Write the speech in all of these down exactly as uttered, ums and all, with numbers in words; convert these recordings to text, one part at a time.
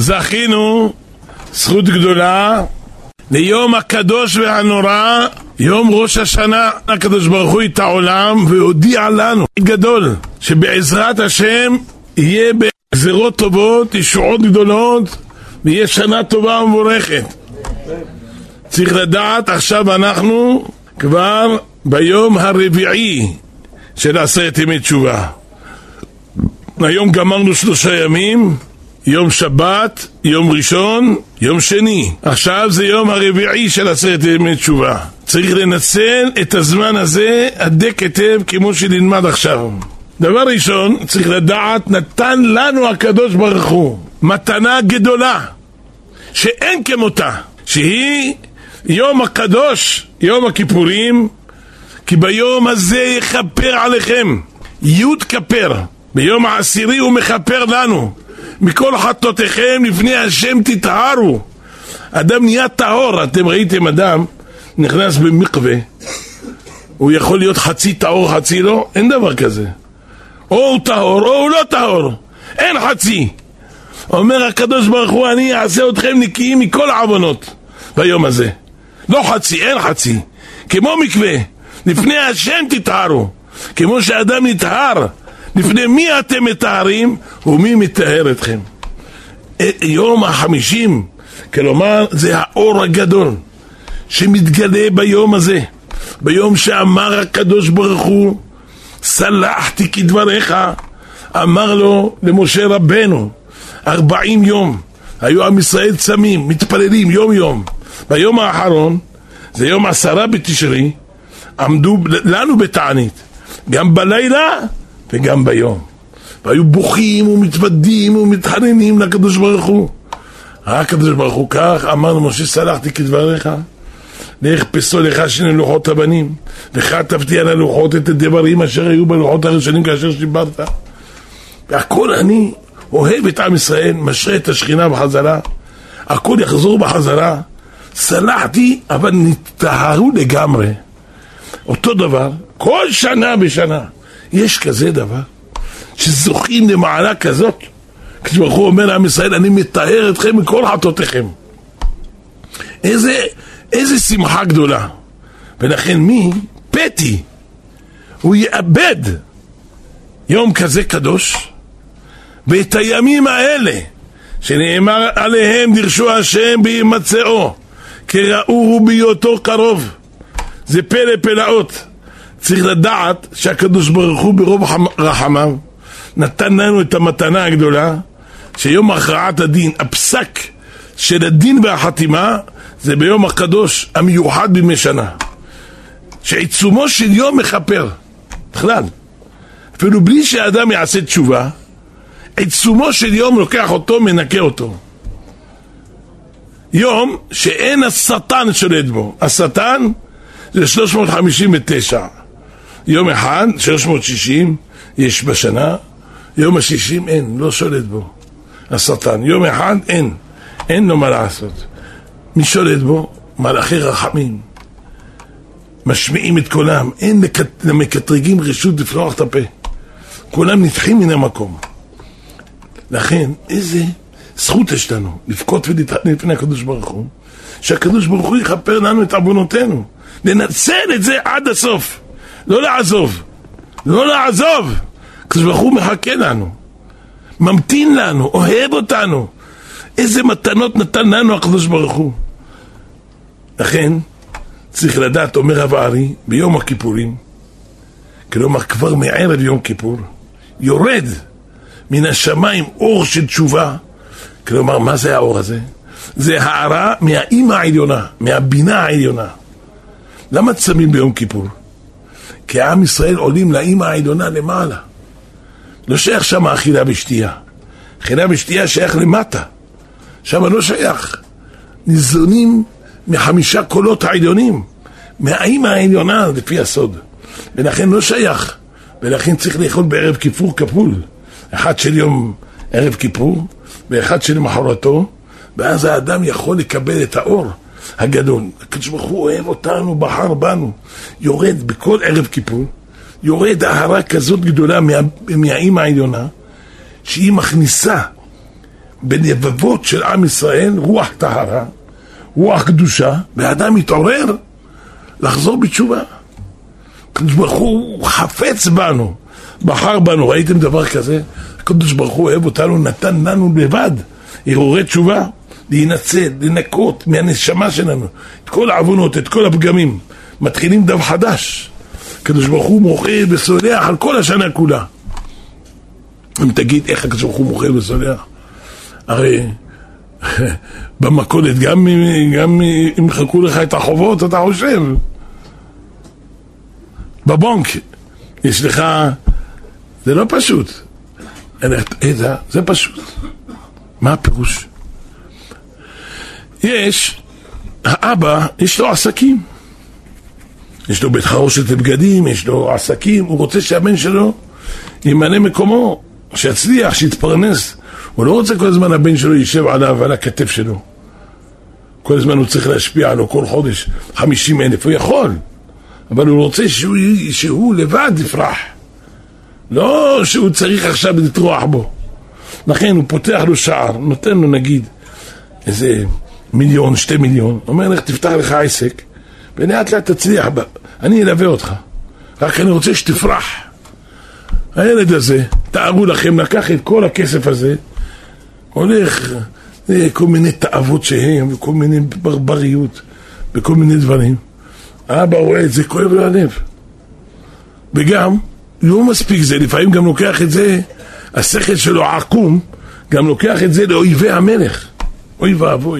זכינו זכות גדולה ליום הקדוש והנורא, יום ראש השנה. הקדוש ברוך הוא את העולם והודיע לנו גדול שבעזרת השם יהיה בגזירות טובות, ישועות גדולות, ויהיה שנה טובה ומבורכת. צריך לדעת, עכשיו אנחנו כבר ביום הרביעי של עשרת ימי תשובה. היום גמרנו שלושה ימים, יום שבת, יום ראשון, יום שני. עכשיו זה יום הרביעי של עשרת ימי תשובה. צריך לנצל את הזמן הזה הדק היטב כמו שנלמד עכשיו. דבר ראשון, צריך לדעת, נתן לנו הקדוש ברוך הוא מתנה גדולה שאין כמותה, שהיא יום הקדוש, יום הכיפורים, כי ביום הזה יכפר עליכם, יוד כפר. ביום העשירי הוא מכפר לנו מכל חטאותיכם, לפני השם תטהרו. אדם נהיה טהור. אתם ראיתם אדם נכנס במקווה, הוא יכול להיות חצי טהור חצי לא? אין דבר כזה. או הוא טהור או הוא לא טהור, אין חצי. אומר הקדוש ברוך הוא, אני אעשה אתכם נקיים מכל העוונות ביום הזה. לא חצי, אין חצי. כמו מקווה, לפני השם תטהרו. כמו שאדם נטהר, לפני מי אתם מטהרים ומי מטהר אתכם. יום החמישים, כלומר זה האור הגדול שמתגלה ביום הזה, ביום שאמר הקדוש ברוך הוא סלחתי כדבריך. אמר לו למשה רבנו, ארבעים יום היו עם ישראל צמים, מתפללים יום יום. ביום האחרון, זה יום עשרה בתשרי, עמדו לנו בתענית, גם בלילה וגם ביום, והיו בוכים ומתוודים ומתחננים לקדוש ברוך הוא. הקדוש ברוך הוא כך אמר למשה, סלחתי כדבריך, לך פסו לך שני לוחות הבנים, וכתבתי על הלוחות את הדברים אשר היו בלוחות הראשונים כאשר שיברת. והכל אני אוהב את עם ישראל, משרה את השכינה בחזרה, הכל יחזור בחזרה. סלחתי, אבל נטהרו לגמרי. אותו דבר, כל שנה בשנה יש כזה דבר שזוכים למעלה כזאת. כשברוך הוא אומר לעם ישראל, אני מטהר אתכם מכל חטאותיכם. איזה, איזה שמחה גדולה. ולכן מי פתי הוא יאבד יום כזה קדוש, ואת הימים האלה שנאמר עליהם דרשו השם בימצאו כראוהו בהיותו קרוב. זה פלא פלאות. צריך לדעת שהקדוש ברוך הוא ברוב רחמיו נתן לנו את המתנה הגדולה, שיום הכרעת הדין, הפסק של הדין והחתימה, זה ביום הקדוש המיוחד בימי שנה, שעיצומו של יום מכפר בכלל, אפילו בלי שהאדם יעשה תשובה. עיצומו של יום לוקח אותו, מנקה אותו. יום שאין השטן שולט בו. השטן זה שלוש מאות חמישים ותשע. יום אחד, שלוש מאות שישים יש בשנה, יום השישים אין, לא שולט בו השטן. יום אחד אין, אין לו מה לעשות. מי שולט בו? מלאכי רחמים, משמיעים את קולם, אין למקטרגים רשות לפתוח את הפה, כולם נדחים מן המקום. לכן איזה זכות יש לנו לבכות ולהתחנן לפני הקדוש ברוך הוא, שהקדוש ברוך הוא יכפר לנו את עוונותינו. לנצל את זה עד הסוף, לא לעזוב, לא לעזוב. הקדוש ברוך הוא מחכה לנו, ממתין לנו, אוהב אותנו. איזה מתנות נתן לנו הקדוש ברוך הוא. לכן צריך לדעת, אומר רב ארי, ביום הכיפורים, כלומר כבר מערב יום כיפור, יורד מן השמיים אור של תשובה. כלומר, מה זה האור הזה? זה הערה מהאימא העליונה, מהבינה העליונה. למה צמים ביום כיפור? כי העם ישראל עולים לאימא העליונה למעלה. לא שייך שם אכילה ושתייה. אכילה ושתייה שייך למטה, שם לא שייך. ניזונים מחמישה קולות העליונים, מהאימא העליונה לפי הסוד, ולכן לא שייך. ולכן צריך לאכול בערב כיפור כפול, אחד של יום ערב כיפור ואחד של מחרתו, ואז האדם יכול לקבל את האור הגדול. הקדוש ברוך הוא אוהב אותנו, בחר בנו. יורד בכל ערב כיפור, יורד ההרה כזאת גדולה מה, מהאימא העליונה, שהיא מכניסה בלבבות של עם ישראל רוח טהרה, רוח קדושה, והאדם מתעורר לחזור בתשובה. הקדוש ברוך הוא חפץ בנו, בחר בנו. ראיתם דבר כזה? הקדוש ברוך הוא אוהב אותנו, נתן לנו לבד הרהורי תשובה, להינצל, לנקות מהנשמה שלנו את כל העוונות, את כל הפגמים. מתחילים דף חדש. הקדוש ברוך הוא מוחל וסולח על כל השנה כולה. אם תגיד איך הקדוש ברוך הוא מוחל וסולח, הרי במכולת גם, גם אם חלקו לך את החובות אתה חושב, בבנק יש לך, זה לא פשוט, זה, זה פשוט. מה הפירוש? יש, האבא יש לו עסקים, יש לו בית חרושת לבגדים, יש לו עסקים, הוא רוצה שהבן שלו ימנה מקומו, שיצליח, שיתפרנס. הוא לא רוצה כל הזמן הבן שלו יישב עליו, על הכתף שלו. כל הזמן הוא צריך להשפיע עליו כל חודש חמישים אלף, הוא יכול, אבל הוא רוצה שהוא, שהוא לבד יפרח, לא שהוא צריך עכשיו לטרוח בו. לכן הוא פותח לו שער, נותן לו נגיד איזה מיליון, שתי מיליון, אומר לך תפתח לך עסק ולאט לאט תצליח בה. אני אלווה אותך, רק אני רוצה שתפרח. הילד הזה, תארו לכם, לקח את כל הכסף הזה, הולך כל מיני תאוות שהם, וכל מיני ברבריות, וכל מיני דברים. האבא רואה את זה, כואב לו הלב. וגם, לא מספיק זה, לפעמים גם לוקח את זה, השכל שלו עקום, גם לוקח את זה לאויבי המלך. אוי ואבוי.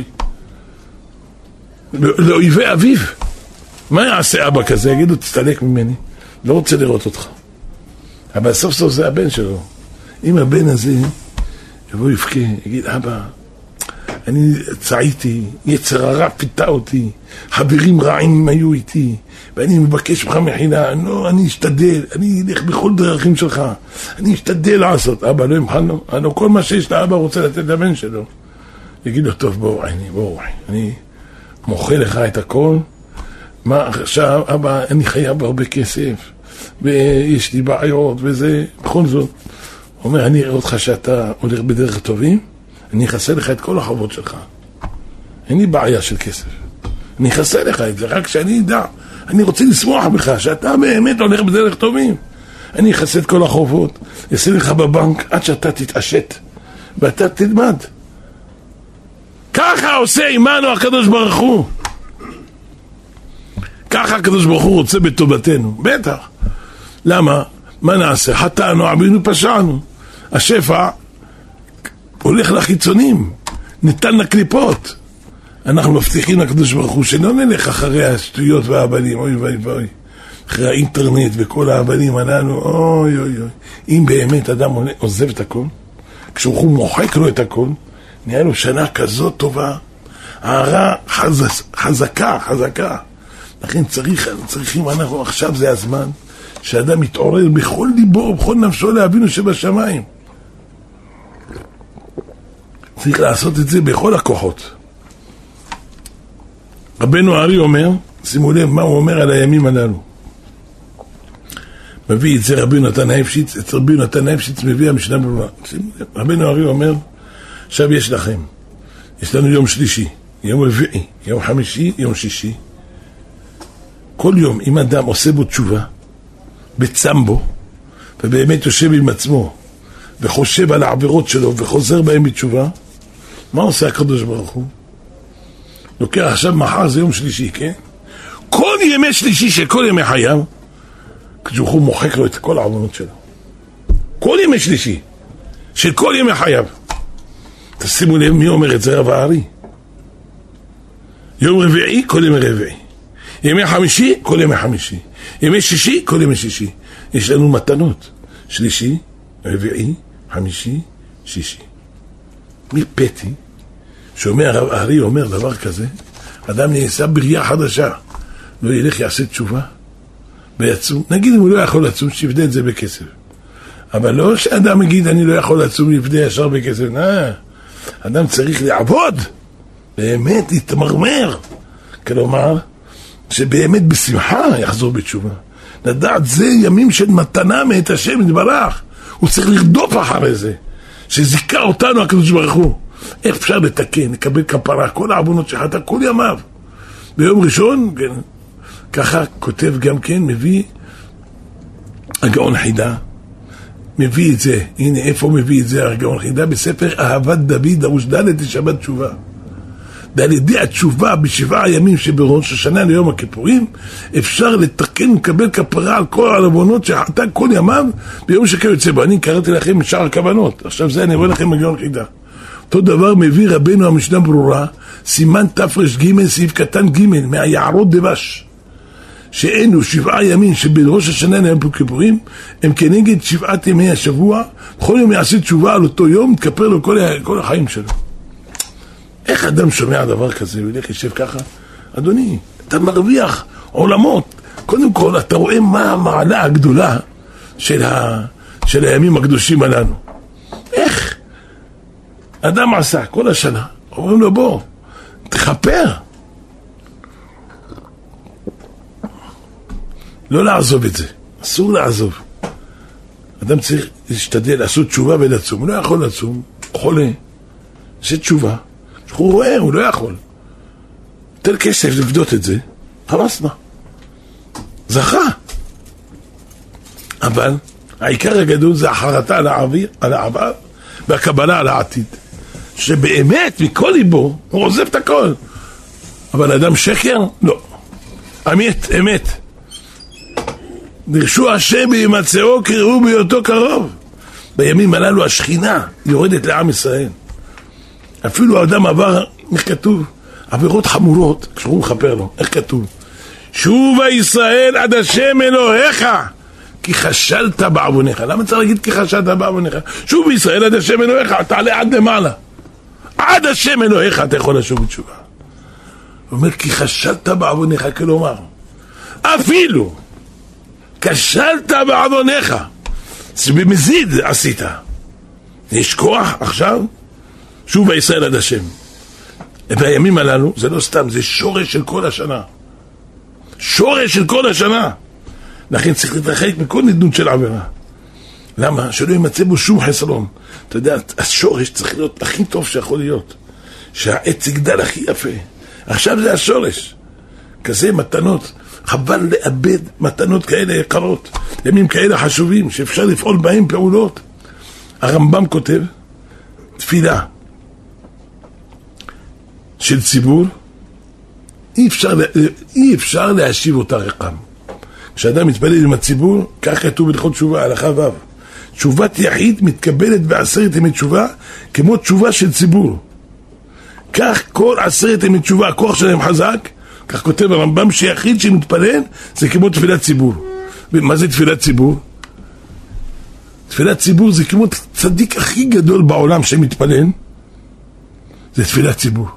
לאויבי אביו. מה יעשה אבא כזה? יגיד לו, תסתלק ממני. לא רוצה לראות אותך. אבל סוף סוף זה הבן שלו. אם הבן הזה יבוא יפקה, יגיד, אבא, אני צעיתי, יצר הרע פיתה אותי, חברים רעים היו איתי, ואני מבקש ממך מחילה, לא, אני אשתדל, אני אלך בכל דרכים שלך, אני אשתדל לעשות. אבא לא ימחל לו, אני, כל מה שיש לאבא רוצה לתת לבן שלו. יגיד לו, טוב, בואו עיני, בואו עיני, אני מוחה לך את הכל, מה עכשיו, אבא, אני חייב הרבה כסף, ויש לי בעיות וזה, בכל זאת. הוא אומר, אני אראה אותך שאתה הולך בדרך טובים, אני אחסה לך את כל החובות שלך. אין לי בעיה של כסף. אני אחסה לך את זה, רק שאני אדע. אני רוצה לשמוח בך, שאתה באמת הולך בדרך טובים. אני אחסה את כל החובות, אעשה לך בבנק עד שאתה תתעשת, ואתה תלמד. ככה עושה עמנו הקדוש ברוך הוא. ככה הקדוש ברוך הוא רוצה בטובתנו. בטח. למה? מה נעשה? חטאנו, עבינו, פשענו. השפע הולך לחיצונים, ניתן לקליפות. אנחנו מבטיחים לקדוש ברוך הוא שלא נלך אחרי השטויות והאבנים, אוי ואי ואי, אחרי האינטרנט וכל האבנים הללו, אוי אוי אוי. אם באמת אדם עוזב את הכל, כשהוא מוחק לו את הכל, נהיה לו שנה כזאת טובה, הערה חז... חזקה, חזקה. לכן צריך, צריכים אנחנו, עכשיו זה הזמן, שאדם מתעורר בכל ליבו, בכל נפשו לאבינו שבשמיים. צריך לעשות את זה בכל הכוחות. רבנו הארי אומר, שימו לב מה הוא אומר על הימים הללו. מביא את זה רבנו נתן האפשיץ, את רבנו נתן האפשיץ מביא המשנה ברורה. רבנו הארי אומר, עכשיו יש לכם, יש לנו יום שלישי, יום רביעי, יום חמישי, יום שישי. כל יום, אם אדם עושה בו תשובה, בצם בו, ובאמת יושב עם עצמו, וחושב על העבירות שלו, וחוזר בהם בתשובה, מה עושה הקדוש ברוך הוא? לוקח עכשיו, מחר זה יום שלישי, כן? כל ימי שלישי של כל ימי חייו, הקדוש ברוך הוא מוחק לו את כל העוונות שלו. כל ימי שלישי, של כל ימי חייו. תשימו לב מי אומר את זה, רב הארי. יום רביעי, כל ימי רביעי. ימי חמישי, כל ימי חמישי. ימי שישי, כל ימי שישי. יש לנו מתנות. שלישי, רביעי, חמישי, שישי. מפתי, שאומר הרב הארי אומר דבר כזה, אדם נעשה בריאה חדשה, לא ילך יעשה תשובה, ויצום. נגיד אם הוא לא יכול לצום, שיפדה את זה בכסף. אבל לא שאדם יגיד, אני לא יכול לצום, יפדה ישר בכסף. נא, אדם צריך לעבוד, באמת להתמרמר. כלומר, שבאמת בשמחה יחזור בתשובה. לדעת, זה ימים של מתנה מאת השם יתברך. הוא צריך לרדוף אחרי זה, שזיכה אותנו הקדוש ברוך הוא. איך אפשר לתקן, לקבל כפרה, כל העוונות שחטא כל ימיו. ביום ראשון, כן, ככה כותב גם כן, מביא הגאון חידה, מביא את זה, הנה איפה מביא את זה הגאון חידה? בספר אהבת דוד, ערוץ ד' לשבת תשובה. ועל ידי התשובה בשבעה ימים שבראש השנה ליום הכיפורים, אפשר לתקן ולקבל כפרה על כל העוונות שחטא כל ימיו ביום שכיוצא בו. אני קראתי לכם את שאר הכוונות, עכשיו זה אני אבוא לכם הגאון חידה. אותו דבר מביא רבנו המשנה ברורה, סימן תפרש ג' סעיף קטן ג' מהיערות דבש, שאינו שבעה ימים שבראש השנה ליום הכיפורים הם כנגד שבעת ימי השבוע, בכל יום יעשה תשובה על אותו יום, תכפר לו כל, כל החיים שלו. איך אדם שומע דבר כזה, הוא ילך ישב ככה? אדוני, אתה מרוויח עולמות. קודם כל, אתה רואה מה המעלה הגדולה של, ה... של הימים הקדושים הללו. איך? אדם עשה כל השנה, אומרים לו בוא, תחפר. לא לעזוב את זה, אסור לעזוב. אדם צריך להשתדל לעשות תשובה ולצום, הוא לא יכול לצום, חולה, זה תשובה. הוא רואה, הוא לא יכול. תן כסף לבדות את זה, חלסנה. זכה. אבל העיקר הגדול זה החרטה על העבר, על העבר והקבלה על העתיד. שבאמת מכל ליבו הוא עוזב את הכל. אבל אדם שקר? לא. אמת, אמת. דרשו השם וימצאו קראו בהיותו קרוב. בימים הללו השכינה יורדת לעם ישראל. אפילו האדם עבר, איך כתוב? עבירות חמורות, כשהוא מחפר לו, איך כתוב? שובה ישראל עד השם אלוהיך, כי חשלת בעווניך. למה צריך להגיד כי חשלת בעווניך? שובה ישראל עד השם אלוהיך, תעלה עד למעלה. עד השם אלוהיך אתה יכול לשוב בתשובה. הוא אומר, כי חשלת בעווניך, כלומר, אפילו כשלת בעווניך, שבמזיד עשית. יש כוח עכשיו, שובה ישראל עד השם. והימים הללו, זה לא סתם, זה שורש של כל השנה. שורש של כל השנה. לכן צריך להתרחק מכל נדנות של עבירה. למה? שלא יימצא בו שום חסרון. אתה יודע, השורש צריך להיות הכי טוב שיכול להיות. שהעץ יגדל הכי יפה. עכשיו זה השורש. כזה מתנות. חבל לאבד מתנות כאלה יקרות. ימים כאלה חשובים, שאפשר לפעול בהם פעולות. הרמב"ם כותב, תפילה של ציבור, אי אפשר, אי אפשר להשיב אותה ריקם. כשאדם מתפלל עם הציבור, כך כתוב בלכות תשובה, הלכה ו', תשובת יחיד מתקבלת בעשרת ימי תשובה, כמו תשובה של ציבור. כך כל עשרת ימי תשובה, הכוח שלהם חזק, כך כותב הרמב"ם, שיחיד שמתפלל, זה כמו תפילת ציבור. מה זה תפילת ציבור? תפילת ציבור זה כמו צדיק הכי גדול בעולם שמתפלל, זה תפילת ציבור.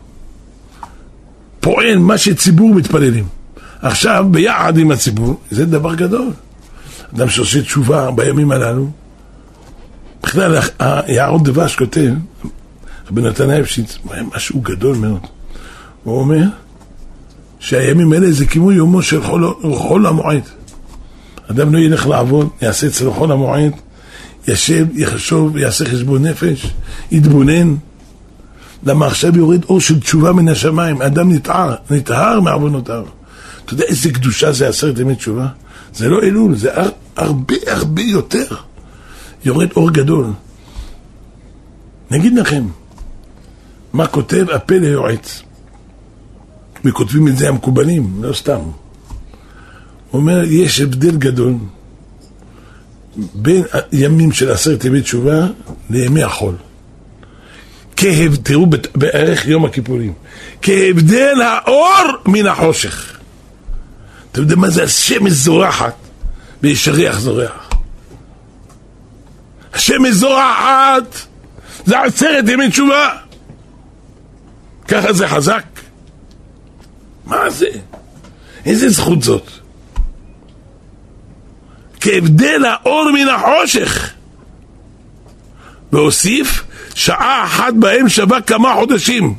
פועל מה שציבור מתפללים. עכשיו ביחד עם הציבור, זה דבר גדול. אדם שעושה תשובה בימים הללו, בכלל היערות דבש כותב, רבי נתן האפשיץ, משהו גדול מאוד. הוא אומר שהימים האלה זה כמו יומו של חול, חול המועד. אדם לא ילך לעבוד, יעשה אצל חול המועד, ישב, יחשוב, יעשה חשבון נפש, יתבונן. למה עכשיו יורד אור של תשובה מן השמיים, אדם נטהר, נטהר מעוונותיו. אתה יודע איזה קדושה זה עשרת ימי תשובה? זה לא אלול, זה הרבה הרבה יותר. יורד אור גדול. נגיד לכם, מה כותב הפה ליועץ? וכותבים את זה המקובלים, לא סתם. הוא אומר, יש הבדל גדול בין ימים של עשרת ימי תשובה לימי החול. כהב, תראו בערך יום הכיפורים, כהבדל האור מן החושך. אתה יודע מה זה? השמש זורחת ויש ריח זורח. השמש זורחת, זה עשרת ימי תשובה. ככה זה חזק. מה זה? איזה זכות זאת? כהבדל האור מן החושך. והוסיף, שעה אחת בהם שווה כמה חודשים.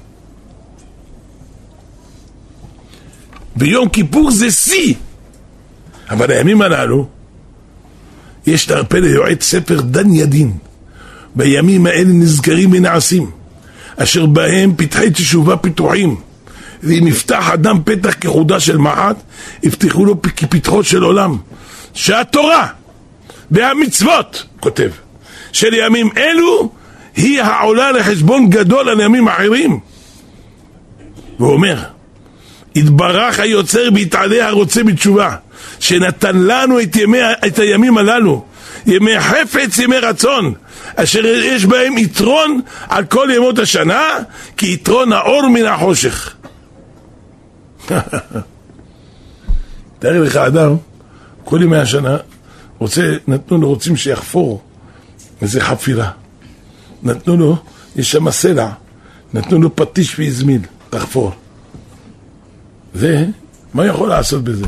ביום כיפור זה שיא. אבל הימים הללו, יש לרפא ליועץ ספר דן ידין. בימים האלה נזכרים ונעשים. אשר בהם פתחי תשובה פיתוחים, ואם יפתח אדם פתח כחודה של מעט, יפתחו לו כפתחות של עולם, שהתורה והמצוות, כותב, של ימים אלו היא העולה לחשבון גדול על ימים אחרים. והוא אומר, התברך היוצר והתעלה הרוצה בתשובה, שנתן לנו את, ימי, את הימים הללו, ימי חפץ, ימי רצון, אשר יש בהם יתרון על כל ימות השנה, כי יתרון האור מן החושך. תאר לך אדם, כל ימי השנה, רוצה, נתנו לו, רוצים שיחפור איזה חפירה. נתנו לו, יש שם סלע, נתנו לו פטיש והזמיל, תחפור. זה, מה יכול לעשות בזה?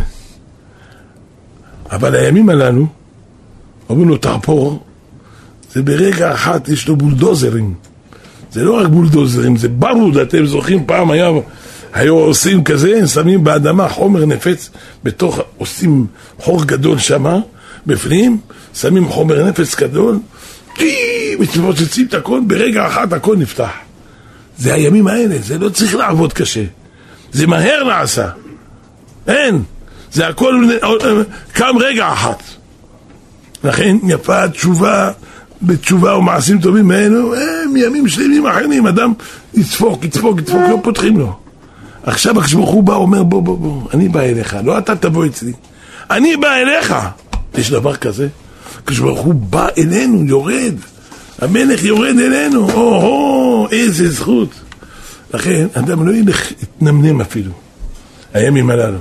אבל הימים הללו, אומרים לו תחפור, זה ברגע אחת יש לו בולדוזרים. זה לא רק בולדוזרים, זה ברוד. אתם זוכרים פעם היה, היו עושים כזה, שמים באדמה חומר נפץ, בתוך עושים חור גדול שמה, בפנים, שמים חומר נפץ גדול, מתפוצצים את הכל, ברגע אחת הכל נפתח. זה הימים האלה, זה לא צריך לעבוד קשה, זה מהר נעשה, אין, זה הכל קם רגע אחת. לכן יפה התשובה, בתשובה ומעשים טובים מאלו, הם ימים שלמים אחרים, אדם יצפוק, יצפוק, יצפוק, לא פותחים לו. עכשיו הקדוש ברוך הוא בא, אומר בוא בוא בוא, אני בא אליך, לא אתה תבוא אצלי, אני בא אליך. יש דבר כזה? הקדוש ברוך הוא בא אלינו, יורד, המלך יורד אלינו, או-הו, איזה זכות. לכן אדם לא ילך יתנמנם אפילו הימים הללו,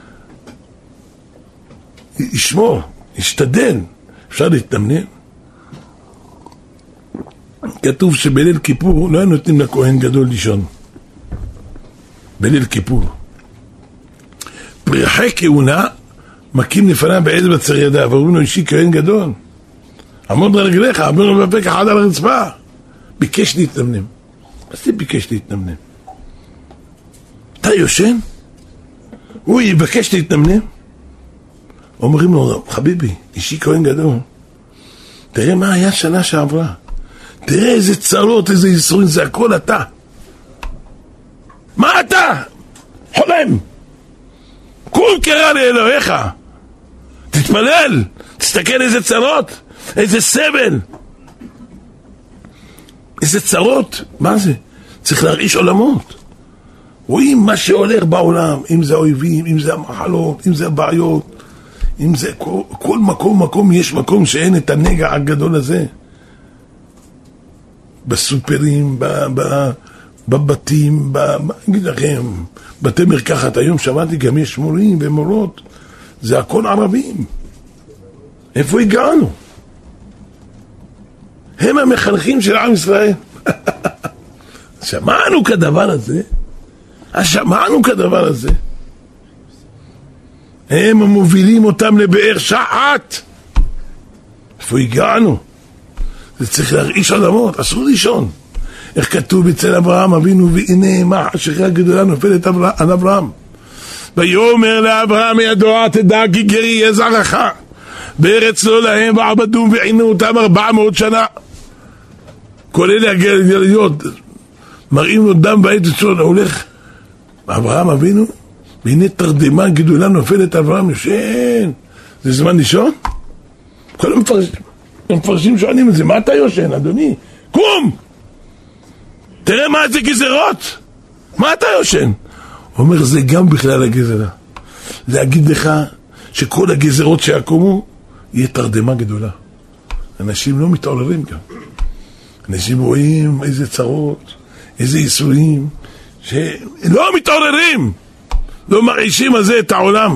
ישמור, ישתדל. אפשר להתנמנם? כתוב שבליל כיפור לא נותנים לכהן גדול לישון. בליל כיפור פרחי כהונה מקים לפניו באצבע בצר ידיו, ואומרים לו, אישי כהן גדול, עמוד על רגליך, עמוד לו בפק אחד על הרצפה. ביקש להתנמנם. מה זה ביקש להתנמנם? אתה יושן? הוא יבקש להתנמנם? אומרים לו, חביבי, אישי כהן גדול, תראה מה היה שנה שעברה, תראה איזה צרות, איזה יסורים, זה הכל אתה. מה אתה? חולם. כול קרא לאלוהיך, תתפלל, תסתכל איזה צרות, איזה סבל, איזה צרות. מה זה? צריך להרעיש עולמות. רואים מה שהולך בעולם, אם זה האויבים, אם זה המחלות, אם זה הבעיות, אם זה כל, כל מקום מקום, יש מקום שאין את הנגע הגדול הזה. בסופרים, ב, ב, בבתים, ב, מה אגיד לכם, בתי מרקחת, היום שמעתי גם יש מורים ומורות, זה הכל ערבים. איפה הגענו? הם המחנכים של עם ישראל. שמענו כדבר הזה, שמענו כדבר הזה. הם המובילים אותם לבאר שחת. איפה הגענו? זה צריך להרעיש עולמות, אסור לישון. איך כתוב אצל אברהם אבינו, והנה מה חשכה גדולה נופלת על אברהם. ויאמר לאברהם ידוע תדע כי גרי יהיה זרעך בארץ לא להם, ועבדום ועינו אותם ארבע מאות שנה. כל אלה הגליות מראים לו דם בעת וצאן. הולך אברהם אבינו, והנה תרדמה גדולה נופלת על אברהם. יושן, זה זמן לישון? כל המפרשים המפרשים שואלים את זה, מה אתה יושן אדוני? קום, תראה מה זה גזרות, מה אתה יושן? הוא אומר, זה גם בכלל הגזרה, להגיד לך שכל הגזרות שיקומו יהיה תרדמה גדולה. אנשים לא מתעוררים גם, אנשים רואים איזה צרות, איזה ייסורים, שלא מתעוררים, לא מרעישים על זה את העולם.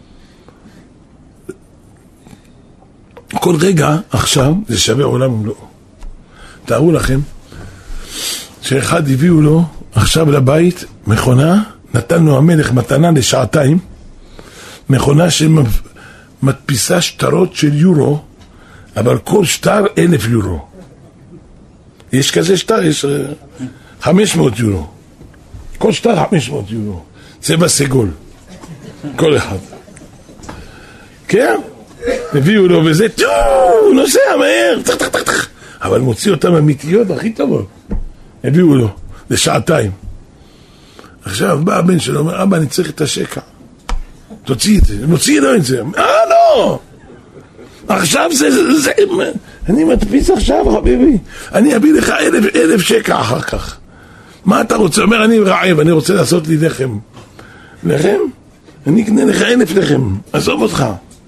כל רגע עכשיו זה שווה עולם ומלואו. תארו לכם שאחד הביאו לו עכשיו לבית מכונה, נתן לו המלך מתנה לשעתיים, מכונה שמדפיסה שטרות של יורו, אבל כל שטר אלף יורו. יש כזה שטר, יש חמש מאות יורו, כל שטר חמש מאות יורו, צבע סגול כל אחד. כן? הביאו לו וזה, הוא נוסע מהר, תח תח תח תח, אבל מוציא אותם אמיתיות הכי טובות. הביאו לו, לשעתיים. עכשיו בא הבן שלו, אומר, אבא, אני צריך את השקע. תוציא את זה, מוציא לו את זה. אה, לא! עכשיו זה, זה, זה, אני מדפיס עכשיו, חביבי. אני אביא לך אלף, אלף שקע אחר כך. מה אתה רוצה? אומר, אני רעב, אני רוצה לעשות לי לחם. לחם? אני אקנה לך אלף לחם. עזוב אותך.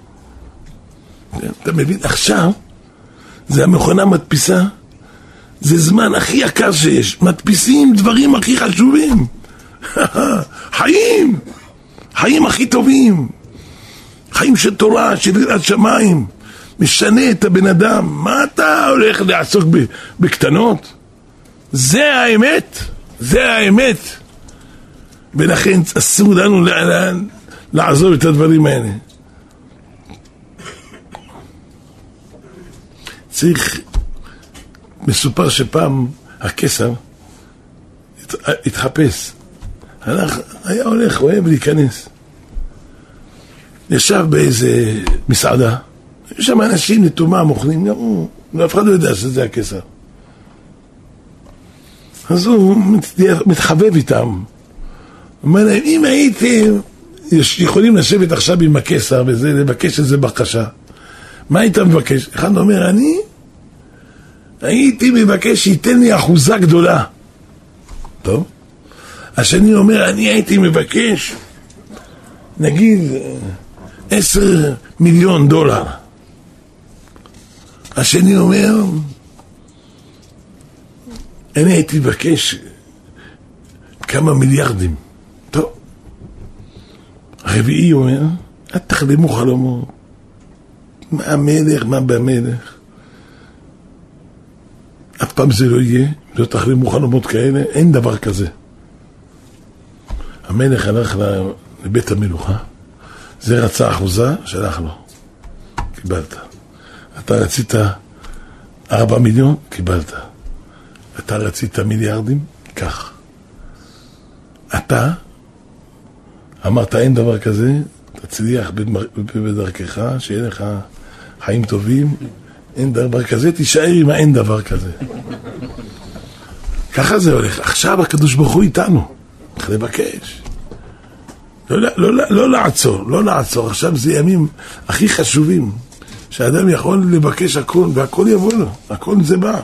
אתה מבין? עכשיו, זה המכונה מדפיסה. זה זמן הכי יקר שיש. מדפיסים דברים הכי חשובים. חיים. חיים הכי טובים. חיים של תורה, של יראת שמיים. משנה את הבן אדם. מה אתה הולך לעסוק בקטנות? זה האמת. זה האמת. ולכן אסור לנו לעזוב את הדברים האלה. צריך, מסופר שפעם הקיסר התחפש. הלך, היה הולך, אוהב להיכנס. ישב באיזה מסעדה. יש שם אנשים נתומה, מוכנים, אף אחד לא יודע שזה הקיסר. אז הוא מתחבב איתם. אומר להם, אם הייתם יכולים לשבת עכשיו עם הקיסר וזה, לבקש איזה בקשה, מה היית מבקש? אחד אומר, אני הייתי מבקש שייתן לי אחוזה גדולה. טוב? השני אומר, אני הייתי מבקש נגיד עשר מיליון דולר. השני אומר, אני הייתי מבקש כמה מיליארדים. טוב. הרביעי אומר, אל תחלמו חלומות. מה המלך, מה במלך. אף פעם זה לא יהיה, לא תחלמו חלומות כאלה, אין דבר כזה. המלך הלך לבית המלוכה, זה רצה אחוזה, שלח לו. קיבלת. אתה רצית ארבע מיליון, קיבלת. אתה רצית מיליארדים, כך. אתה אמרת אין דבר כזה, תצליח בדרכך, שיהיה לך חיים טובים, אין דבר כזה, תישאר עם האין דבר כזה. ככה זה הולך. עכשיו הקדוש ברוך הוא איתנו, צריך לבקש. לא, לא, לא, לא לעצור, לא לעצור. עכשיו זה ימים הכי חשובים, שהאדם יכול לבקש הכל, והכל יבוא לו, הכל זה בא.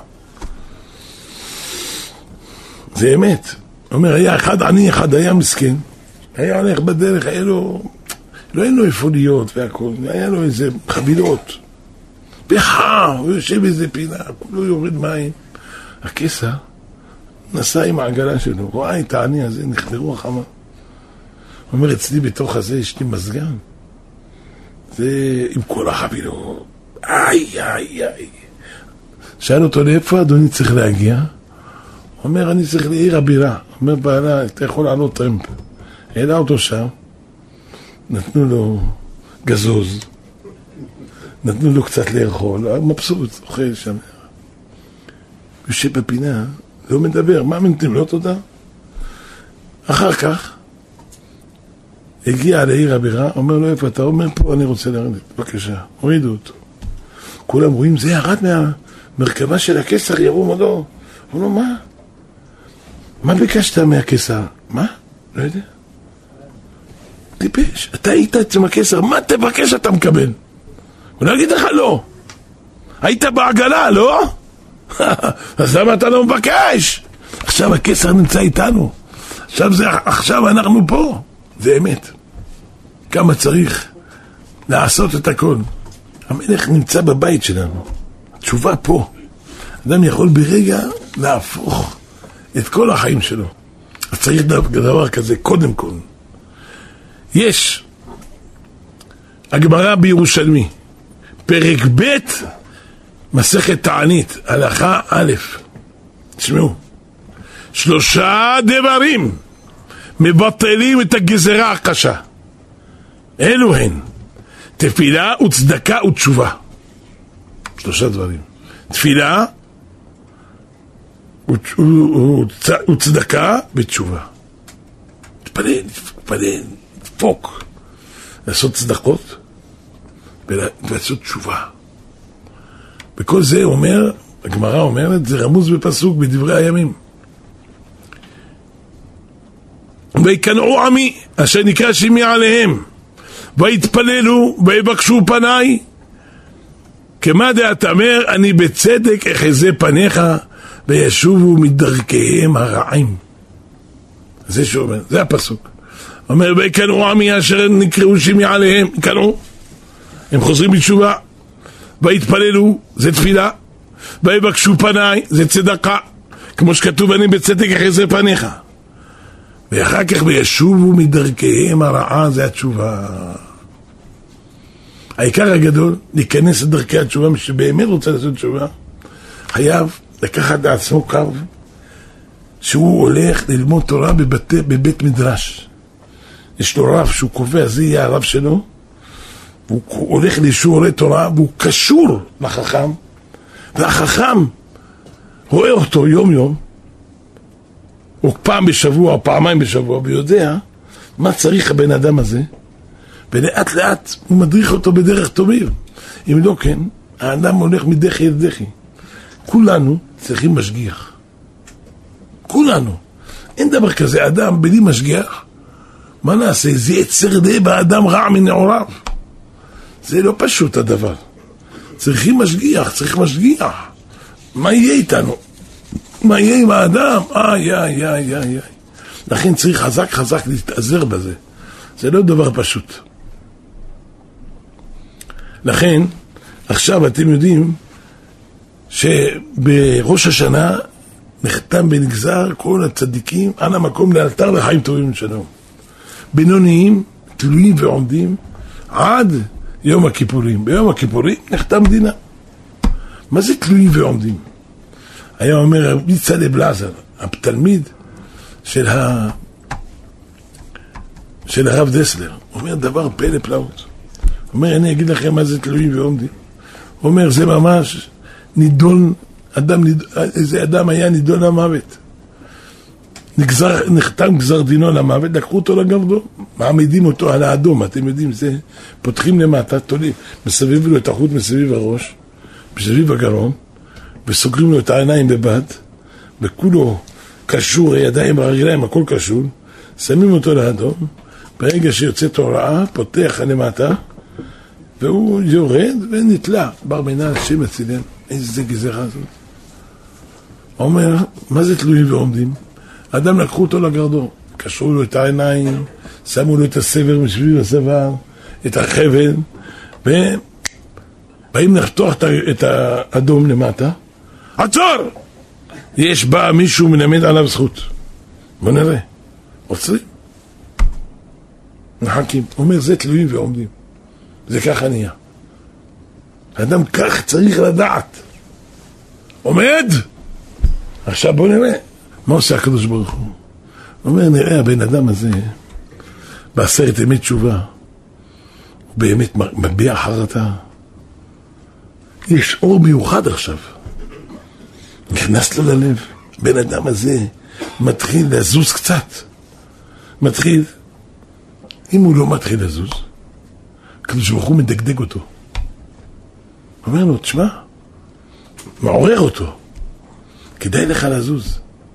זה אמת. אומר, היה אחד עני, אחד היה מסכן. היה הולך בדרך, היה לו, לא היה לו איפה להיות והכל, היה לו איזה חבילות. בחר, הוא יושב באיזה פינה, הוא יורד מים. הקיסר נסע עם העגלה שלו, רואה את העני הזה, נחדרו החמה. הוא אומר, אצלי בתוך הזה יש לי מזגן. זה עם כל החבילות. איי, איי, איי. שאל אותו, לאיפה אדוני צריך להגיע? הוא אומר, אני צריך לעיר הבירה. אומר, בעלה, אתה יכול לעלות טרמפ. העלה אותו שם, נתנו לו גזוז, נתנו לו קצת לאכול, מבסוט, אוכל שם. יושב בפינה, לא מדבר, מה מנתים לו תודה? אחר כך, הגיע לעיר הבירה, אומר לו, איפה אתה? אומר, פה אני רוצה לרדת, בבקשה, הורידו אותו. כולם רואים, זה ירד מהמרכבה של הקיסר, ירום או לא. הוא אומר, מה? מה ביקשת מהקיסר? מה? לא יודע. טיפש, אתה היית אצל הקיסר, מה תבקש אתה מקבל? הוא לא יגיד לך לא. היית בעגלה, לא? אז למה אתה לא מבקש? עכשיו הקיסר נמצא איתנו. עכשיו, זה, עכשיו אנחנו פה. זה אמת. כמה צריך לעשות את הכל. המלך נמצא בבית שלנו. התשובה פה. אדם יכול ברגע להפוך את כל החיים שלו. אז צריך דבר כזה, קודם כל. יש הגמרא בירושלמי, פרק ב' מסכת תענית, הלכה א', תשמעו, שלושה דברים מבטלים את הגזרה הקשה. אלו הן תפילה וצדקה ותשובה. שלושה דברים. תפילה וצדקה ותשובה. תפלל, תפלל, תפוק, לעשות צדקות ולעשות תשובה. וכל זה אומר, הגמרא אומרת, זה רמוז בפסוק בדברי הימים. ויקנאו עמי אשר נקרא שמי עליהם, ויתפללו ויבקשו פניי, כמה דאתאמר אני בצדק אחזה פניך וישובו מדרכיהם הרעים. זה שאומר, זה הפסוק. אומר ויקנאו עמי אשר נקראו שמי עליהם, יקנאו, הם חוזרים בתשובה, ויתפללו, זה תפילה, ויבקשו פניי, זה צדקה, כמו שכתוב אני בצדק אחזה פניך, ואחר כך וישובו מדרכיהם הרעה, זה התשובה. העיקר הגדול, להיכנס לדרכי התשובה, מי שבאמת רוצה לעשות תשובה, חייב לקחת לעצמו קו, שהוא הולך ללמוד תורה בבית, בבית מדרש. יש לו רב שהוא קובע, זה יהיה הרב שלו, הוא הולך לשיעורי תורה, והוא קשור לחכם, והחכם רואה אותו יום יום, או פעם בשבוע, או פעמיים בשבוע, ויודע מה צריך הבן אדם הזה, ולאט לאט הוא מדריך אותו בדרך טובים. אם לא כן, האדם הולך מדחי אל דחי. כולנו צריכים משגיח. כולנו. אין דבר כזה, אדם בלי משגיח, מה נעשה? זה יצר די באדם רע מנעוריו. זה לא פשוט הדבר. צריכים משגיח, צריך משגיח. מה יהיה איתנו? מה יהיה עם האדם? איי, איי, איי, איי. לכן צריך חזק חזק להתעזר בזה. זה לא דבר פשוט. לכן, עכשיו אתם יודעים שבראש השנה נחתם ונגזר כל הצדיקים על המקום לאלתר לחיים טובים שלנו. בינוניים, תלויים ועומדים עד יום הכיפורים. ביום הכיפורים נחתם דינה. מה זה תלויים ועומדים? היה אומר רבי צלע בלעזר, התלמיד של ה... של הרב דסלר. הוא אומר דבר פלא פלאות. הוא אומר, אני אגיד לכם מה זה תלויים ועומדים. הוא אומר, זה ממש נידון, אדם, איזה אדם היה נידון למוות. נגזר, נחתם גזר דינו למוות, לקחו אותו לגרדום, מעמידים אותו על האדום, אתם יודעים, זה, פותחים למטה, תולים, מסביב לו את החוט מסביב הראש, מסביב הגרון, וסוגרים לו את העיניים בבד, וכולו קשור, הידיים והרגליים, הכל קשור, שמים אותו לאדום, ברגע שיוצאת הוראה, פותח למטה, והוא יורד ונתלה, בר מינן השם הצילם. איזה גזרה זאת. הוא אומר, מה זה תלויים ועומדים? האדם לקחו אותו לגרדום, קשרו לו את העיניים, שמו לו את הסבר מסביב הסבר, את החבל, ובאים לפתוח את האדום למטה, עצור! יש בה מישהו מלמד עליו זכות. בוא נראה. עוצרים. נחכים. הוא אומר, זה תלויים ועומדים. זה ככה נהיה. האדם כך צריך לדעת. עומד! עכשיו בוא נראה. מה עושה הקדוש ברוך הוא? הוא אומר, נראה הבן אדם הזה, בעשרת ימי תשובה, הוא באמת מביע חרטה. יש אור מיוחד עכשיו. נכנס לו ללב. בן אדם הזה מתחיל לזוז קצת. מתחיל. אם הוא לא מתחיל לזוז, הקדוש ברוך הוא מדגדג אותו. אומר לו, תשמע, מעורר אותו. כדאי לך לזוז.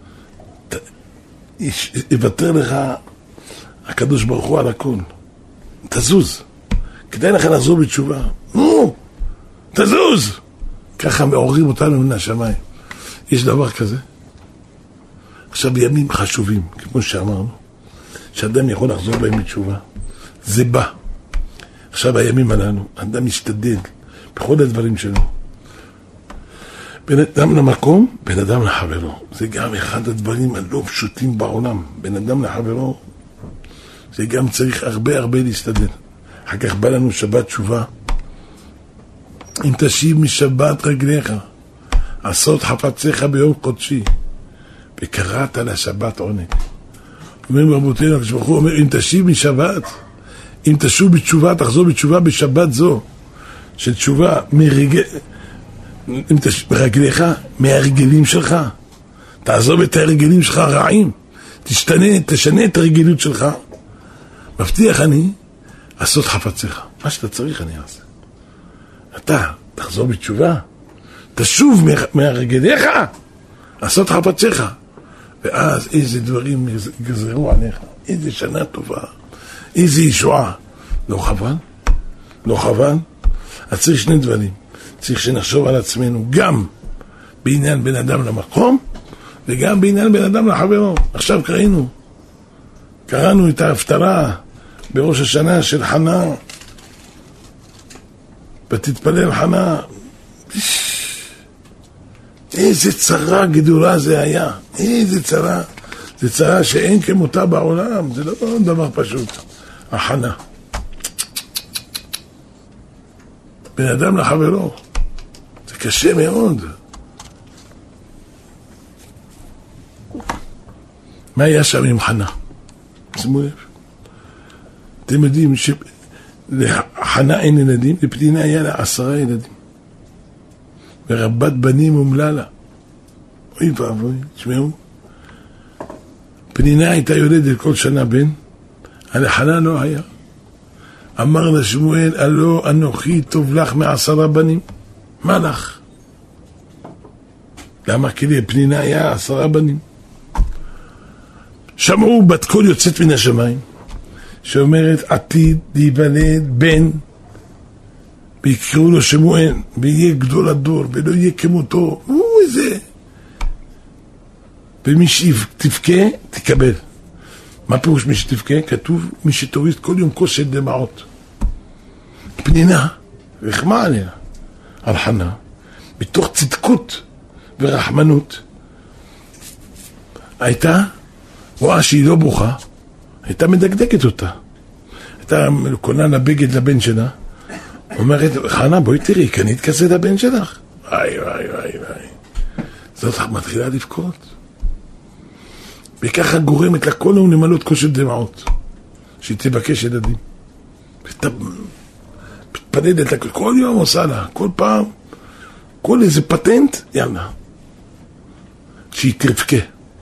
יוותר לך הקדוש ברוך הוא על הכל. תזוז. כדאי לך לחזור בתשובה. נו, תזוז. ככה מעוררים אותנו מן השמיים. יש דבר כזה. עכשיו בימים חשובים, כמו שאמרנו, שאדם יכול לחזור בהם בתשובה. זה בא. עכשיו הימים עלינו, אדם משתדל בכל הדברים שלו. בין אדם למקום, בין אדם לחברו. זה גם אחד הדברים הלא פשוטים בעולם. בין אדם לחברו, זה גם צריך הרבה הרבה להסתדל. אחר כך בא לנו שבת תשובה. אם תשיב משבת רגליך, עשות חפציך ביום קודשי, וקראת לשבת עונג. אומרים רבותינו, כשברוך אומר, אם תשיב משבת, אם תשוב בתשובה, תחזור בתשובה בשבת זו, של תשובה מרגל, אם תשיב ברגליך, מהרגלים שלך, תעזוב את הרגלים שלך הרעים, תשתנה, תשנה את הרגילות שלך, מבטיח אני, לעשות חפציך. מה שאתה צריך אני אעשה. אתה תחזור בתשובה, תשוב מהרגליך, לעשות חפציך, ואז איזה דברים גזרו עליך, איזה שנה טובה, איזה ישועה. לא חבל? לא חבל? אז צריך שני דברים. צריך שנחשוב על עצמנו גם בעניין בין אדם למקום, וגם בעניין בין אדם לחברו. עכשיו קראינו, קראנו את ההפטרה בראש השנה של חנה, ותתפלל חנה. איזה צרה גדולה זה היה, איזה צרה. זה צרה שאין כמותה בעולם, זה לא דבר פשוט. החנה. בין אדם לחברו. זה קשה מאוד. מה היה שם עם חנה? שימו לב. אתם יודעים שלחנה אין ילדים, לפנינה היה לה עשרה ילדים. ורבת בנים אומללה. אוי ואבוי, תשמעו. פנינה הייתה יולדת כל שנה בן, על חנה לא היה. אמר לשמואל, הלא אנוכי טוב לך מעשרה בנים. מה לך? למה? כי לפנינה היה עשרה בנים. שמעו בת קול יוצאת מן השמיים, שאומרת עתיד להיוולד בן, ויקראו לו שמואל, ויהיה גדול הדור, ולא יהיה כמותו. הוא איזה. ומי שתבכה, תקבל. מה פירוש מי שתבכה? כתוב מי שתוריד כל יום כוס של דמעות. פנינה, רחמה עליה, על חנה, בתוך צדקות ורחמנות, הייתה, רואה שהיא לא בוכה, הייתה מדקדקת אותה. הייתה קונה לבגד לבן שלה, אומרת, חנה בואי תראי, קנית כזה לבן שלך? וואי וואי וואי וואי. זאת מתחילה לבכות. וככה גורמת לכל למלות כוס של דמעות, שהיא תבקש ילדים. ואתה מתפנדת לה, כל יום עושה לה, כל פעם, כל איזה פטנט, יאללה. שהיא תרבכה.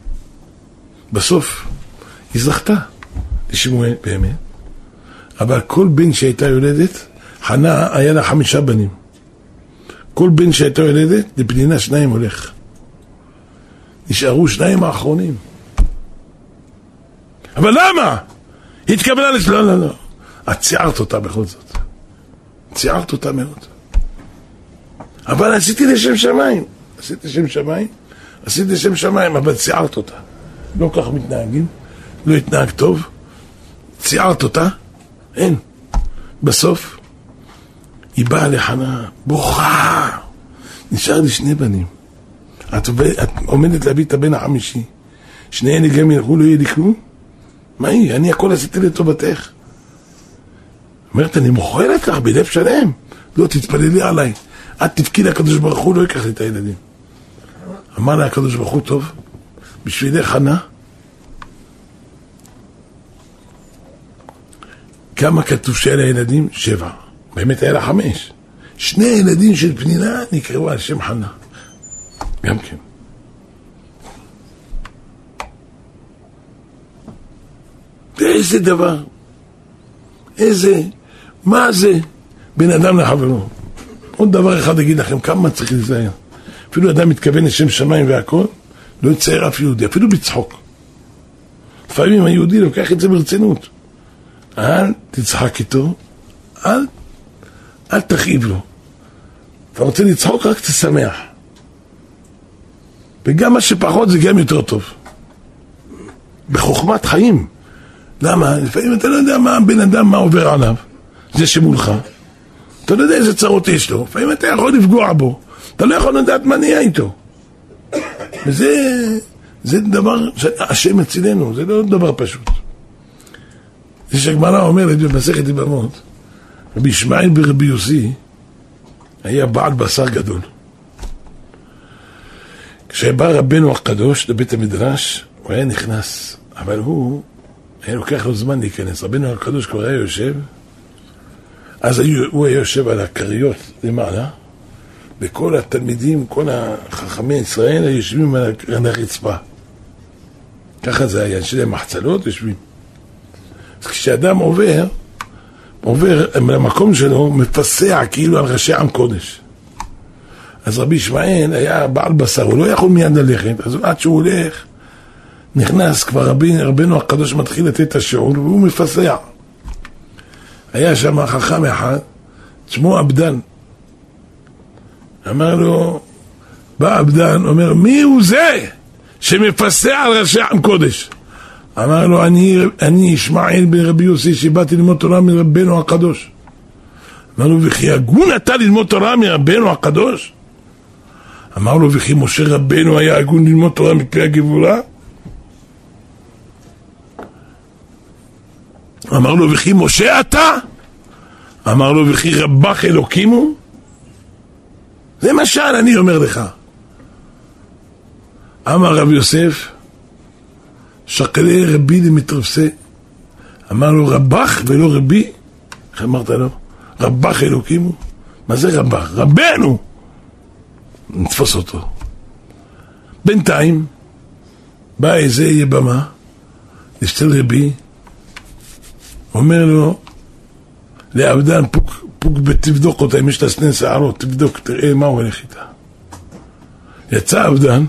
בסוף, היא זכתה לשמואל באמת, אבל כל בן שהייתה יולדת, חנה היה לה חמישה בנים. כל בן שהייתה יולדת, לפנינה שניים הולך. נשארו שניים האחרונים. אבל למה? היא התקבלה לש... לא, לא, לא. את ציירת אותה בכל זאת. ציירת אותה מאוד. אבל עשיתי לשם שמיים. עשיתי לשם שמיים. עשיתי לשם שמיים, אבל ציירת אותה. לא כך מתנהגים. לא התנהג טוב. ציירת אותה. אין. בסוף, היא באה לחנה. בוכה. נשאר לי שני בנים. את, את עומדת להביא את הבן החמישי. שני אלה גם ילכו, לא יהיה לי כלום? מה היא? אני הכל עשיתי לטובתך. אומרת, אני מוכרת לך בלב שלם. לא, תתפללי עליי. את תבכי לקדוש ברוך הוא, לא ייקח לי את הילדים. אמר לה הקדוש ברוך הוא, טוב, בשבילך חנה, כמה כתוב שאלה ילדים? שבע. באמת היה לה חמש. שני ילדים של פנינה נקראו על שם חנה. גם כן. ואיזה דבר, איזה, מה זה בין אדם לחברו. עוד דבר אחד אגיד לכם, כמה צריך להיזהר. אפילו אדם מתכוון לשם שמיים והכל, לא יצייר אף יהודי, אפילו בצחוק. לפעמים היהודי לוקח את זה ברצינות. אל תצחק איתו, אל, אל תכאיב לו. אתה רוצה לצחוק, רק תשמח. וגם מה שפחות זה גם יותר טוב. בחוכמת חיים. למה? לפעמים אתה לא יודע מה בן אדם, מה עובר עליו. זה שמולך. אתה לא יודע איזה צרות יש לו. לפעמים אתה יכול לפגוע בו. אתה לא יכול לדעת מה נהיה איתו. וזה זה דבר שהשם מצילנו. זה לא דבר פשוט. זה שהגמרא אומרת במסכת יבמות, רבי ישמעאל ברבי יוסי היה בעל בשר גדול. כשבא רבנו הקדוש לבית המדרש, הוא היה נכנס, אבל הוא היה לוקח לו זמן להיכנס. רבנו הקדוש כבר היה יושב, אז הוא היה יושב על הקריות למעלה, וכל התלמידים, כל החכמי ישראל יושבים על הרצפה. ככה זה היה, שלהם מחצלות יושבים. אז כשאדם עובר, עובר למקום שלו, מפסע כאילו על ראשי עם קודש. אז רבי ישמעאל היה בעל בשר, הוא לא יכול מיד ללכת, אז עד שהוא הולך, נכנס כבר רבי, רבינו הקדוש מתחיל לתת את השיעור, והוא מפסע. היה שם חכם אחד, שמו עבדן. אמר לו, בא עבדן, אומר, מי הוא זה שמפסע על ראשי עם קודש? אמר לו, אני, אני ישמעאל בן רבי יוסי, שבאתי ללמוד תורה מרבנו הקדוש. אמר לו, וכי הגון אתה ללמוד תורה מרבנו הקדוש? אמר לו, וכי משה רבנו היה הגון ללמוד תורה מפי הגבולה? אמר לו, וכי משה אתה? אמר לו, וכי רבך אלוקים הוא? זה משל, אני אומר לך. אמר רב יוסף, שקלי רבי למתרפסה. אמר לו, רבך ולא רבי? איך אמרת לו? רבך אלוקים הוא? מה זה רבך? רבנו! נתפוס אותו. בינתיים בא איזה יבמה לשתל רבי, אומר לו לעבדן, פוק, פוק ותבדוק אותה, אם יש לה סני שערות, תבדוק, תראה מה הוא הולך איתה. יצא עבדן,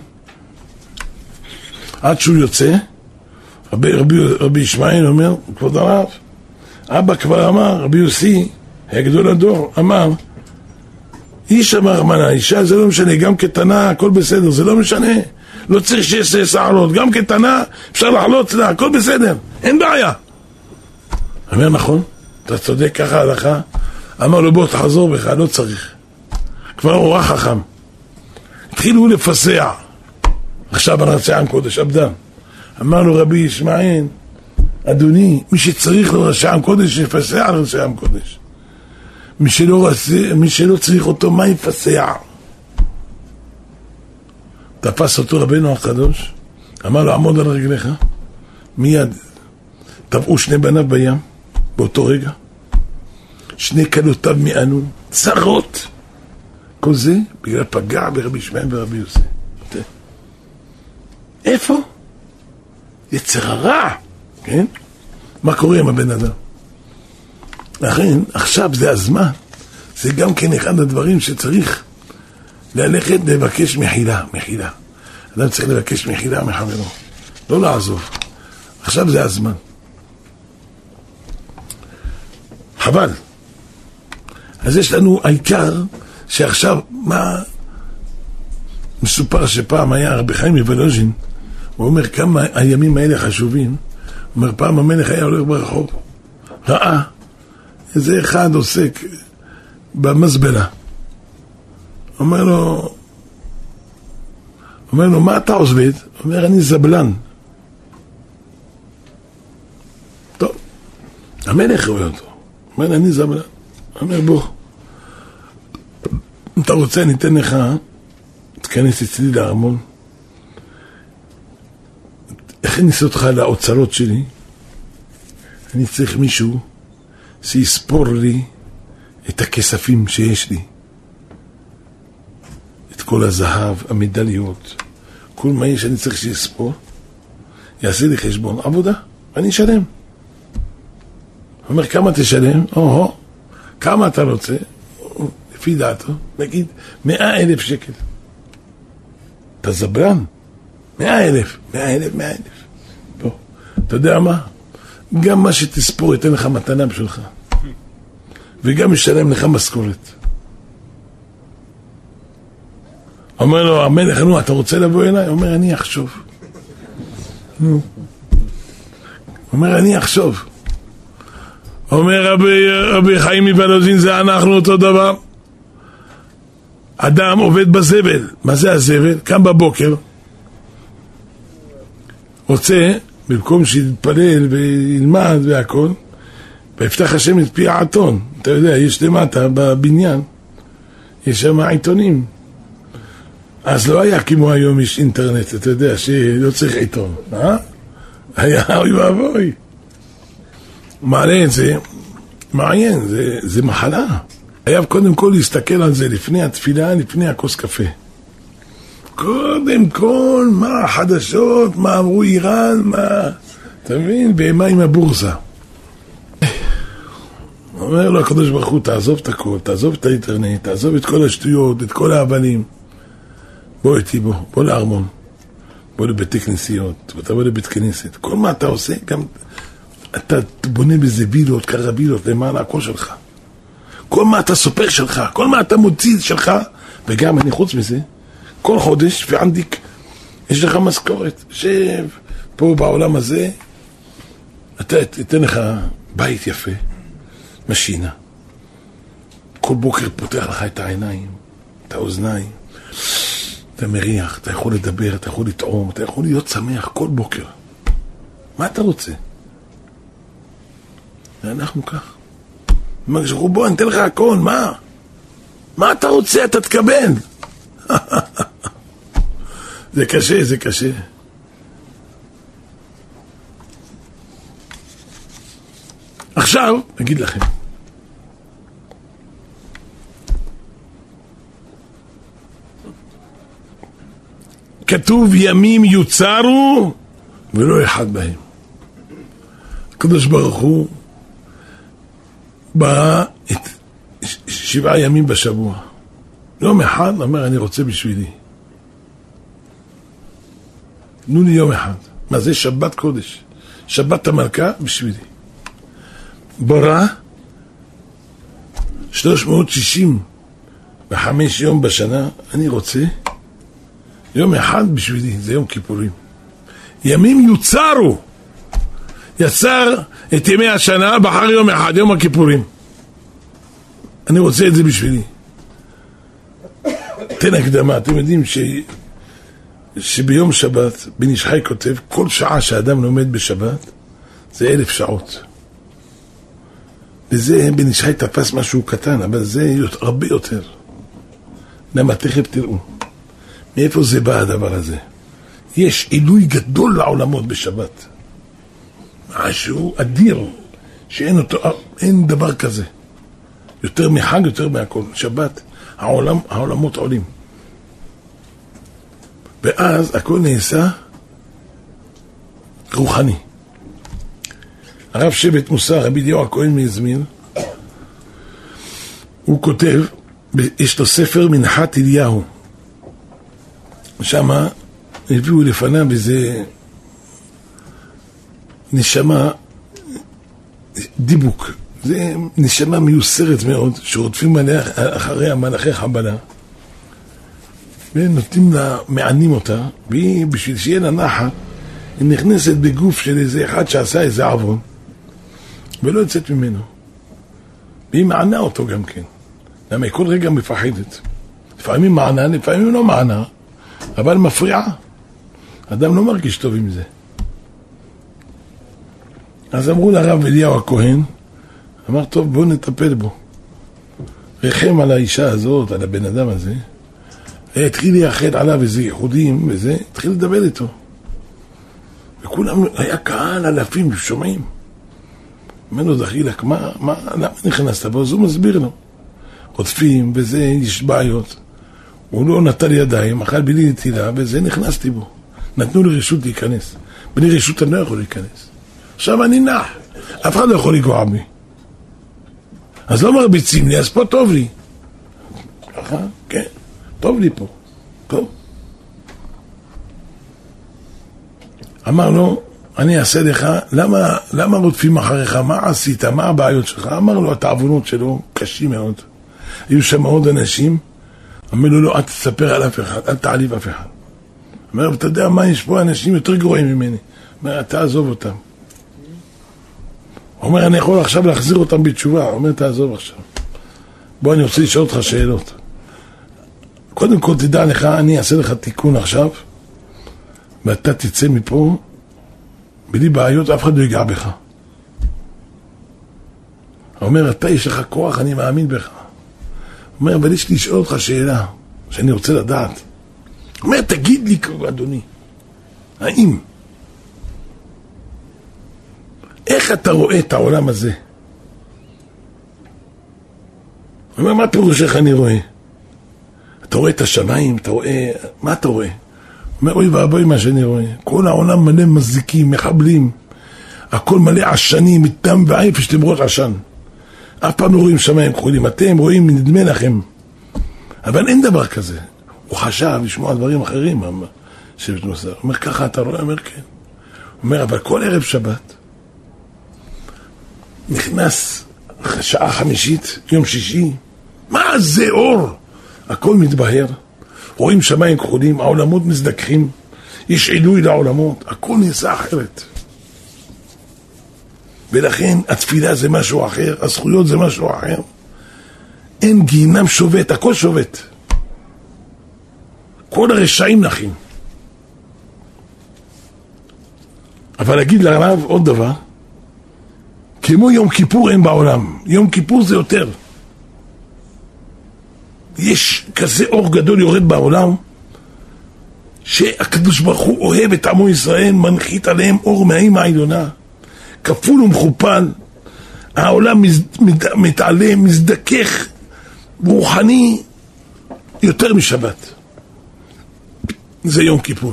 עד שהוא יוצא, רבי, רבי, רבי ישמעאל אומר, כבוד הרב, אבא כבר אמר, רבי יוסי, הגדול הדור, אמר, איש אמר מנה, אישה זה לא משנה, גם כתנה הכל בסדר, זה לא משנה, לא צריך שיש שערות, גם כתנה אפשר לחלוץ לה, הכל בסדר, אין בעיה. אומר, נכון, אתה צודק ככה הלכה. אמר לו, בוא תחזור בך, לא צריך, כבר אורח חכם. התחילו לפסע עכשיו על ראשי עם קודש, עבדן. אמר לו רבי ישמעאל, אדוני, מי שצריך לו ראשי עם קודש יפסע על ראשי עם קודש, מי שלא, מי שלא צריך אותו, מה יפסע? תפס אותו רבינו הקדוש, אמר לו, עמוד על רגליך. מיד טבעו שני בניו בים באותו רגע, שני כלותיו מענו, צרות. כל זה בגלל פגע ברבי ישמעאל ורבי יוסי. איפה? יצר הרע, כן? מה קורה עם הבן אדם? לכן, עכשיו זה הזמן, זה גם כן אחד הדברים שצריך ללכת לבקש מחילה, מחילה. אדם צריך לבקש מחילה מחברו, לא לעזוב. עכשיו זה הזמן. חבל. אז יש לנו העיקר שעכשיו, מה מסופר שפעם היה רבי חיים מוולוז'ין, הוא אומר כמה הימים האלה חשובים. הוא אומר, פעם המלך היה הולך ברחוב, ראה איזה אחד עוסק במזבלה, אומר לו, אומר לו, מה אתה עובד? אומר, אני זבלן. טוב, המלך רואה אותו, אומר, אני זבלן. אומר, בוא, אם אתה רוצה, ניתן לך, תכנס אצלי לארמון, הכניס אותך לאוצרות שלי, אני צריך מישהו שיספור לי את הכספים שיש לי, את כל הזהב, המדליות, כל מה יש אני צריך שיספור, יעשה לי חשבון עבודה, ואני אשלם. אומר, כמה תשלם? או-הו, כמה אתה רוצה? לפי דעתו, נגיד, מאה אלף שקל. אתה זברן? מאה אלף, מאה אלף, מאה אלף. בוא, אתה יודע מה? גם מה שתספור ייתן לך מתנה בשבילך. וגם ישלם לך משכורת. אומר לו, המלך, נו, אתה רוצה לבוא אליי? אומר, אני אחשוב. נו. אומר, אני אחשוב. אומר רבי, רבי חיים מוולוז'ין, זה אנחנו אותו דבר. אדם עובד בזבל. מה זה הזבל? קם בבוקר, רוצה, במקום שיתפלל וילמד והכל, ויפתח השם את פי העתון. אתה יודע, יש למטה בבניין, יש שם עיתונים. אז לא היה כמו היום יש אינטרנט, אתה יודע, שלא צריך עיתון. אה? היה אוי ואבוי. מעלה את זה, מעיין, זה, זה מחלה. היה קודם כל להסתכל על זה לפני התפילה, לפני הכוס קפה. קודם כל, מה החדשות, מה אמרו איראן, מה... אתה מבין? ומה עם הבורסה? אומר לו הקדוש ברוך הוא, תעזוב את הכל, תעזוב את האינטרנט, תעזוב את כל השטויות, את כל האבנים. בוא איתי, בוא, בוא לארמון. בוא לבתי כנסיות, ואתה בוא לבית כנסת. כל מה אתה עושה, גם אתה בונה בזה בילות, קרבילות, למען הכל שלך. כל מה אתה סופר שלך, כל מה אתה מוציא שלך, וגם אני חוץ מזה, כל חודש וענדיק, יש לך משכורת, שב פה בעולם הזה, אתה תתן לך בית יפה, משינה. כל בוקר פותח לך את העיניים, את האוזניים, אתה מריח, אתה יכול לדבר, אתה יכול לטעום, אתה יכול להיות שמח כל בוקר. מה אתה רוצה? אנחנו כך. מגשרו בוא, אני אתן לך הכל, מה? מה אתה רוצה? אתה תקבל. זה קשה, זה קשה. עכשיו, אגיד לכם. כתוב ימים יוצרו ולא אחד בהם. הקדוש ברוך הוא ברא את שבעה ימים בשבוע. יום אחד אומר אני רוצה בשבילי. תנו לי יום אחד. מה זה? שבת קודש. שבת המלכה בשבילי. ברא שלוש מאות שישים וחמש יום בשנה. אני רוצה יום אחד בשבילי. זה יום כיפורים. ימים יוצרו. יצר את ימי השנה, בחר יום אחד, יום הכיפורים. אני רוצה את זה בשבילי. תן הקדמה. אתם יודעים ש... שביום שבת, בן איש חי כותב, כל שעה שאדם לומד בשבת, זה אלף שעות. וזה, בן איש חי תפס משהו קטן, אבל זה הרבה יותר. למה? תכף תראו. מאיפה זה בא הדבר הזה? יש עילוי גדול לעולמות בשבת. משהו אדיר, שאין אותו, אין דבר כזה. יותר מחג, יותר מהכל. שבת, העולם, העולמות עולים. ואז הכל נעשה רוחני. הרב שבט מוסר, רבי אליהו הכהן מאזמיר, הוא כותב, יש לו ספר מנחת אליהו. שמה הביאו לפניו איזה נשמה, דיבוק. זה נשמה מיוסרת מאוד, שרודפים אחרי המלאכי חבלה. ונותנים לה, מענים אותה, והיא, בשביל שיהיה לה נחת, היא נכנסת בגוף של איזה אחד שעשה איזה עוון, ולא יוצאת ממנו. והיא מענה אותו גם כן. למה היא כל רגע מפחדת. לפעמים מענה, לפעמים לא מענה, אבל מפריעה. אדם לא מרגיש טוב עם זה. אז אמרו לרב אליהו הכהן, אמר, טוב, בואו נטפל בו. רחם על האישה הזאת, על הבן אדם הזה, התחיל לייחד עליו איזה ייחודים וזה, התחיל לדבר איתו. וכולם, היה קהל אלפים שומעים. אומר לו, דחילק, מה, מה, למה נכנסת בו? אז הוא מסביר לו. עוטפים וזה, יש בעיות. הוא לא נטל ידיים, אכל בלי נטילה, וזה נכנסתי בו. נתנו לי רשות להיכנס. בלי רשות אני לא יכול להיכנס. עכשיו אני נח. אף אחד לא יכול לגוע בי. אז לא מרביצים לי, אז פה טוב לי. ככה, כן. טוב לי פה, טוב. אמר לו, אני אעשה לך, למה, למה רודפים אחריך? מה עשית? מה הבעיות שלך? אמר לו, התעוונות שלו קשים מאוד. היו שם עוד אנשים, אמר לו, לא, אל תספר על אף אחד, אל תעליב אף אחד. אמר לו, אתה יודע מה, יש פה אנשים יותר גרועים ממני. אמר, תעזוב אותם. הוא אומר, אני יכול עכשיו להחזיר אותם בתשובה. הוא אומר, תעזוב עכשיו. בוא, אני רוצה לשאול אותך שאלות. קודם כל תדע לך, אני אעשה לך תיקון עכשיו, ואתה תצא מפה, בלי בעיות, אף אחד לא ייגע בך. הוא אומר, אתה יש לך כוח, אני מאמין בך. הוא אומר, אבל יש לי לשאול אותך שאלה, שאני רוצה לדעת. הוא אומר, תגיד לי, אדוני, האם, איך אתה רואה את העולם הזה? הוא אומר, מה פירושך אני רואה? אתה רואה את השמיים, אתה רואה, מה אתה רואה? הוא אומר, אוי ואבוי מה שאני רואה. כל העולם מלא מזיקים, מחבלים. הכל מלא עשנים, מתם ועייף, שאתם רואים עשן. אף פעם לא רואים שמיים כחולים. אתם רואים, נדמה לכם. אבל אין דבר כזה. הוא חשב לשמוע דברים אחרים. שבט מוסר. הוא אומר, ככה אתה רואה? אומר, כן. הוא אומר, אבל כל ערב שבת, נכנס שעה חמישית, יום שישי, מה זה אור? הכל מתבהר, רואים שמיים כחולים, העולמות מזדככים, יש עילוי לעולמות, הכל נעשה אחרת. ולכן התפילה זה משהו אחר, הזכויות זה משהו אחר. אין גיהנם שובת, הכל שובת. כל הרשעים נחים. אבל להגיד לרב עוד דבר, כמו יום כיפור אין בעולם, יום כיפור זה יותר. יש כזה אור גדול יורד בעולם, שהקדוש ברוך הוא אוהב את עמו ישראל, מנחית עליהם אור מהאימא העליונה, כפול ומכופל, העולם מתעלה, מזדכך, רוחני, יותר משבת. זה יום כיפור.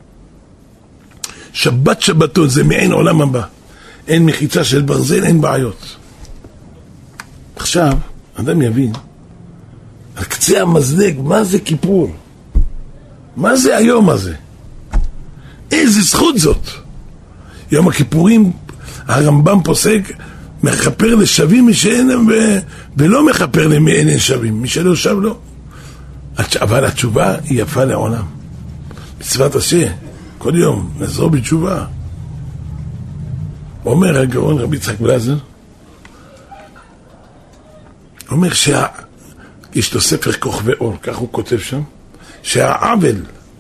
שבת שבתות זה מעין עולם הבא. אין מחיצה של ברזל, אין בעיות. עכשיו, אדם יבין, על קצה המזלג, מה זה כיפור? מה זה היום הזה? איזה זכות זאת? יום הכיפורים, הרמב"ם פוסק, מחפר לשווים מי שאין להם, ולא מחפר למי אין שווים, מי שלא שב לא. אבל התשובה היא יפה לעולם. מצוות עשה, כל יום, נחזור בתשובה. אומר הגאון רבי יצחק בלזר, אומר שה... יש לו ספר כוכבי אור, כך הוא כותב שם, שהעוול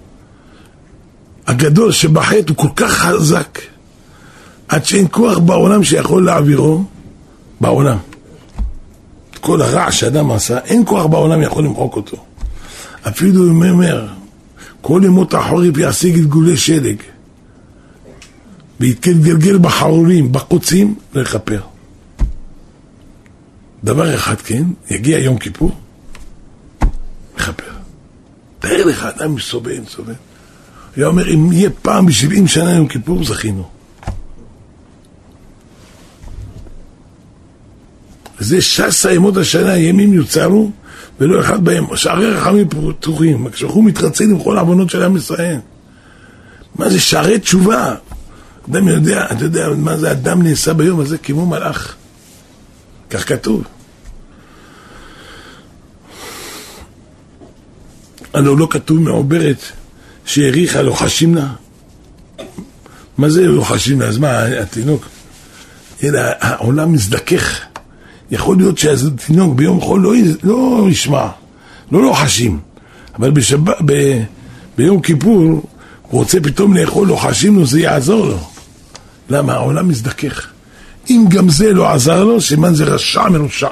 הגדול שבחטא הוא כל כך חזק, עד שאין כוח בעולם שיכול להעבירו, בעולם. כל הרע שאדם עשה, אין כוח בעולם יכול למחוק אותו. אפילו הוא אומר, כל ימות החורף יעשה גלגולי שלג, ויתגלגל בחרורים, בקוצים, לחפר. דבר אחד כן, יגיע יום כיפור, לחפר. תאר לך, אדם סובל, סובל. הוא אומר, אם יהיה פעם בשבעים שנה יום כיפור, זכינו. זה שסה ימות השנה, ימים יוצרו, ולא אחד בהם, שערי רחמים פתוחים, כשהוא מתרצה עם כל העוונות של עם ישראל. מה זה שערי תשובה? אדם יודע, אתה יודע מה זה אדם נעשה ביום הזה כמו מלאך. כך כתוב. הלא לא כתוב מעוברת שהעריכה לא חשים לה. מה זה לא חשים לה? אז מה, התינוק? אלא העולם מזדכך. יכול להיות שהתינוק ביום חול לא, לא ישמע, לא לא חשים. אבל בשב... ב... ביום כיפור הוא רוצה פתאום לאכול, לא חשים לו, זה יעזור לו. למה? העולם מזדכך. אם גם זה לא עזר לו, סימן זה רשע מרושע.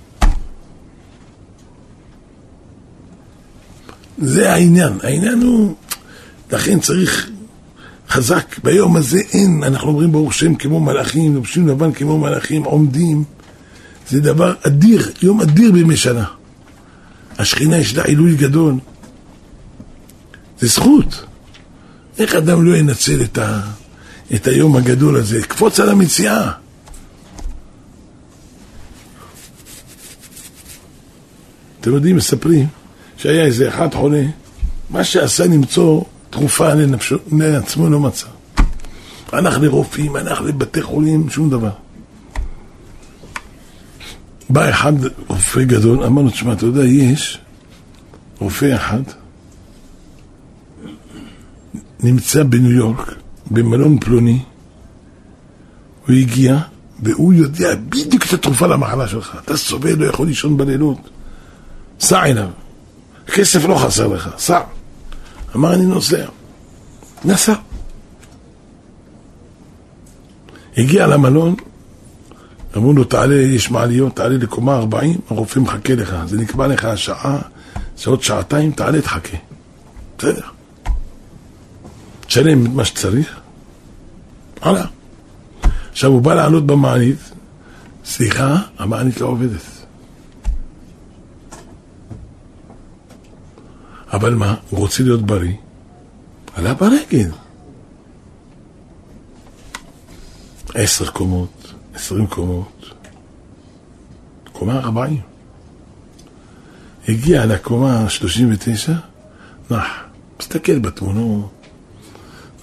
זה העניין. העניין הוא, לכן צריך חזק. ביום הזה אין, אנחנו אומרים ברוך שם כמו מלאכים, לובשים לבן כמו מלאכים, עומדים. זה דבר אדיר, יום אדיר בימי שנה. השכינה יש לה עילוי גדול. זה זכות. איך אדם לא ינצל את, ה, את היום הגדול הזה? קפוץ על המציאה. אתם יודעים, מספרים שהיה איזה אחד חולה, מה שעשה למצוא תרופה לנפשו, לעצמו לא מצא. הלך לרופאים, הלך לבתי חולים, שום דבר. בא אחד רופא גדול, אמר לו, תשמע, אתה יודע, יש רופא אחד, נמצא בניו יורק, במלון פלוני, הוא הגיע, והוא יודע בדיוק את התרופה למחלה שלך. אתה סובל, לא יכול לישון בלילות. סע אליו. כסף לא חסר לך, סע. אמר, אני נוסע. נסע. הגיע למלון, אמרו לו, תעלה, יש מעליות, תעלה לקומה ארבעים, הרופא מחכה לך. זה נקבע לך השעה, זה עוד שעתיים, תעלה, תחכה. בסדר. תשלם את מה שצריך. עלה. עכשיו הוא בא לעלות במעלית, סליחה, המעלית לא עובדת. אבל מה? הוא רוצה להיות בריא. עלה ברגל. עשר קומות, עשרים קומות, קומה ארבעים. הגיע לקומה שלושים ותשע, נח, מסתכל בתמונות,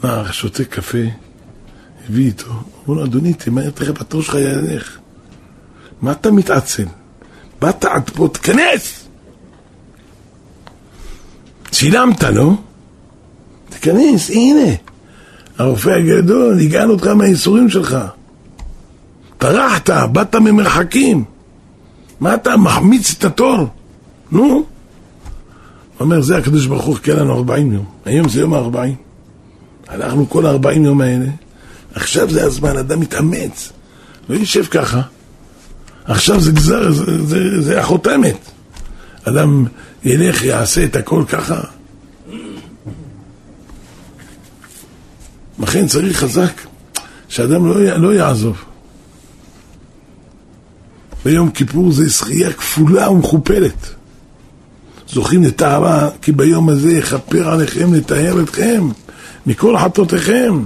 נער שותה קפה, הביא איתו, אמרו לו, אדוני, תמהר, תראה בתור שלך ילך. מה אתה מתעצל? באת עד פה, תכנס! שילמת, לא? תכנס, הנה. הרופא הגדול, הגענו אותך מהאיסורים שלך. פרחת, באת ממרחקים. מה אתה מחמיץ את התור? נו? הוא אומר, זה הקדוש ברוך הוא חכה לנו ארבעים יום. היום זה יום הארבעים. הלכנו כל הארבעים יום האלה. עכשיו זה הזמן, אדם מתאמץ. לא יישב ככה. עכשיו זה גזר, זה, זה, זה החותמת. אדם ילך, יעשה את הכל ככה. לכן צריך חזק, שאדם לא, לא יעזוב. ביום כיפור זה זכייה כפולה ומכופלת. זוכים לטהרה, כי ביום הזה יכפר עליכם, לטהר אתכם, מכל חטאותיכם.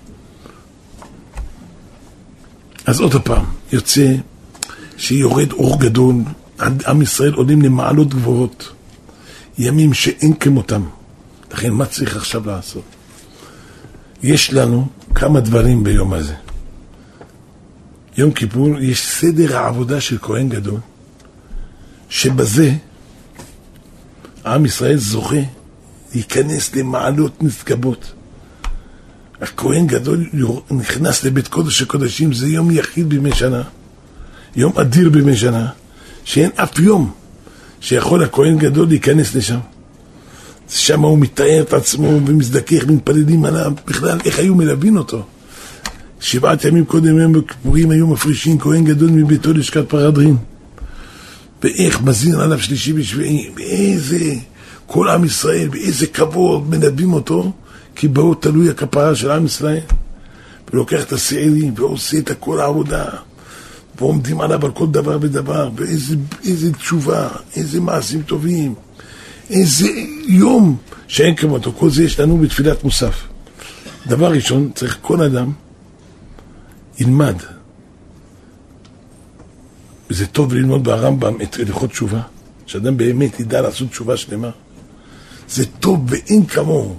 אז עוד הפעם, יוצא שיורד אור גדול, עם ישראל עולים למעלות גבוהות, ימים שאין כמותם. לכן מה צריך עכשיו לעשות? יש לנו כמה דברים ביום הזה. יום כיפור יש סדר העבודה של כהן גדול, שבזה עם ישראל זוכה להיכנס למעלות נשגבות. הכהן גדול נכנס לבית קודש הקודשים, זה יום יחיד בימי שנה, יום אדיר בימי שנה, שאין אף יום שיכול הכהן גדול להיכנס לשם. שם הוא מתאר את עצמו ומזדכך, מתפללים עליו, בכלל איך היו מלווים אותו. שבעת ימים קודם יום בכיפורים היו מפרישים כהן גדול מביתו לשכת פרדרין, ואיך מזין עליו שלישי ושביעי, באיזה כל עם ישראל, באיזה כבוד מלווים אותו, כי בו תלוי הכפרה של עם ישראל, ולוקח את השעירים ועושה את כל העבודה, ועומדים עליו על כל דבר ודבר, ואיזה איזה תשובה, איזה מעשים טובים, איזה יום שאין כמותו. כל זה יש לנו בתפילת מוסף. דבר ראשון, צריך כל אדם ילמד, וזה טוב ללמוד ברמב"ם את הלכות תשובה, שאדם באמת ידע לעשות תשובה שלמה. זה טוב ואין כמוהו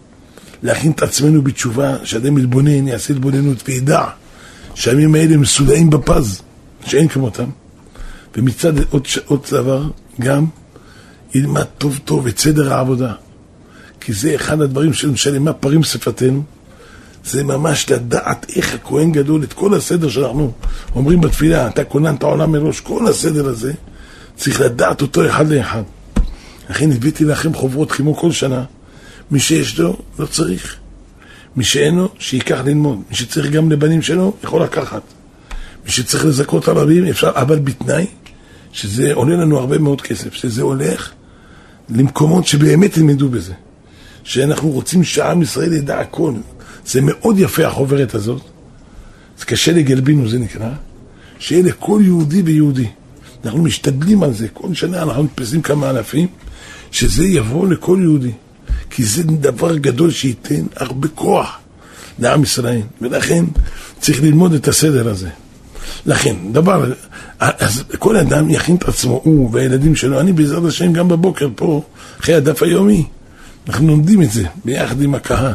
להכין את עצמנו בתשובה, שאדם יתבונן, יעשה התבוננות וידע שהימים האלה מסודעים בפז שאין כמותם. ומצד עוד, עוד דבר, גם ילמד טוב טוב את סדר העבודה, כי זה אחד הדברים שלמה פרים שפתנו, זה ממש לדעת איך הכהן גדול, את כל הסדר שאנחנו אומרים בתפילה, אתה כונן את העולם מראש, כל הסדר הזה צריך לדעת אותו אחד לאחד. לכן הבאתי לכם חוברות כמו כל שנה, מי שיש לו לא צריך, מי שאינו שיקח ללמוד, מי שצריך גם לבנים שלו יכול לקחת, מי שצריך לזכות ערבים אפשר, אבל בתנאי שזה עולה לנו הרבה מאוד כסף, שזה הולך למקומות שבאמת ילמדו בזה, שאנחנו רוצים שעם ישראל ידע הכל. זה מאוד יפה החוברת הזאת, זה קשה לגלבינו, זה נקרא, שיהיה לכל יהודי ויהודי. אנחנו משתדלים על זה, כל שנה אנחנו מתפסים כמה אלפים, שזה יבוא לכל יהודי, כי זה דבר גדול שייתן הרבה כוח לעם ישראל, ולכן צריך ללמוד את הסדר הזה. לכן, דבר, אז כל אדם יכין את עצמו, הוא והילדים שלו, אני בעזרת השם גם בבוקר פה, אחרי הדף היומי, אנחנו לומדים את זה ביחד עם הקהל.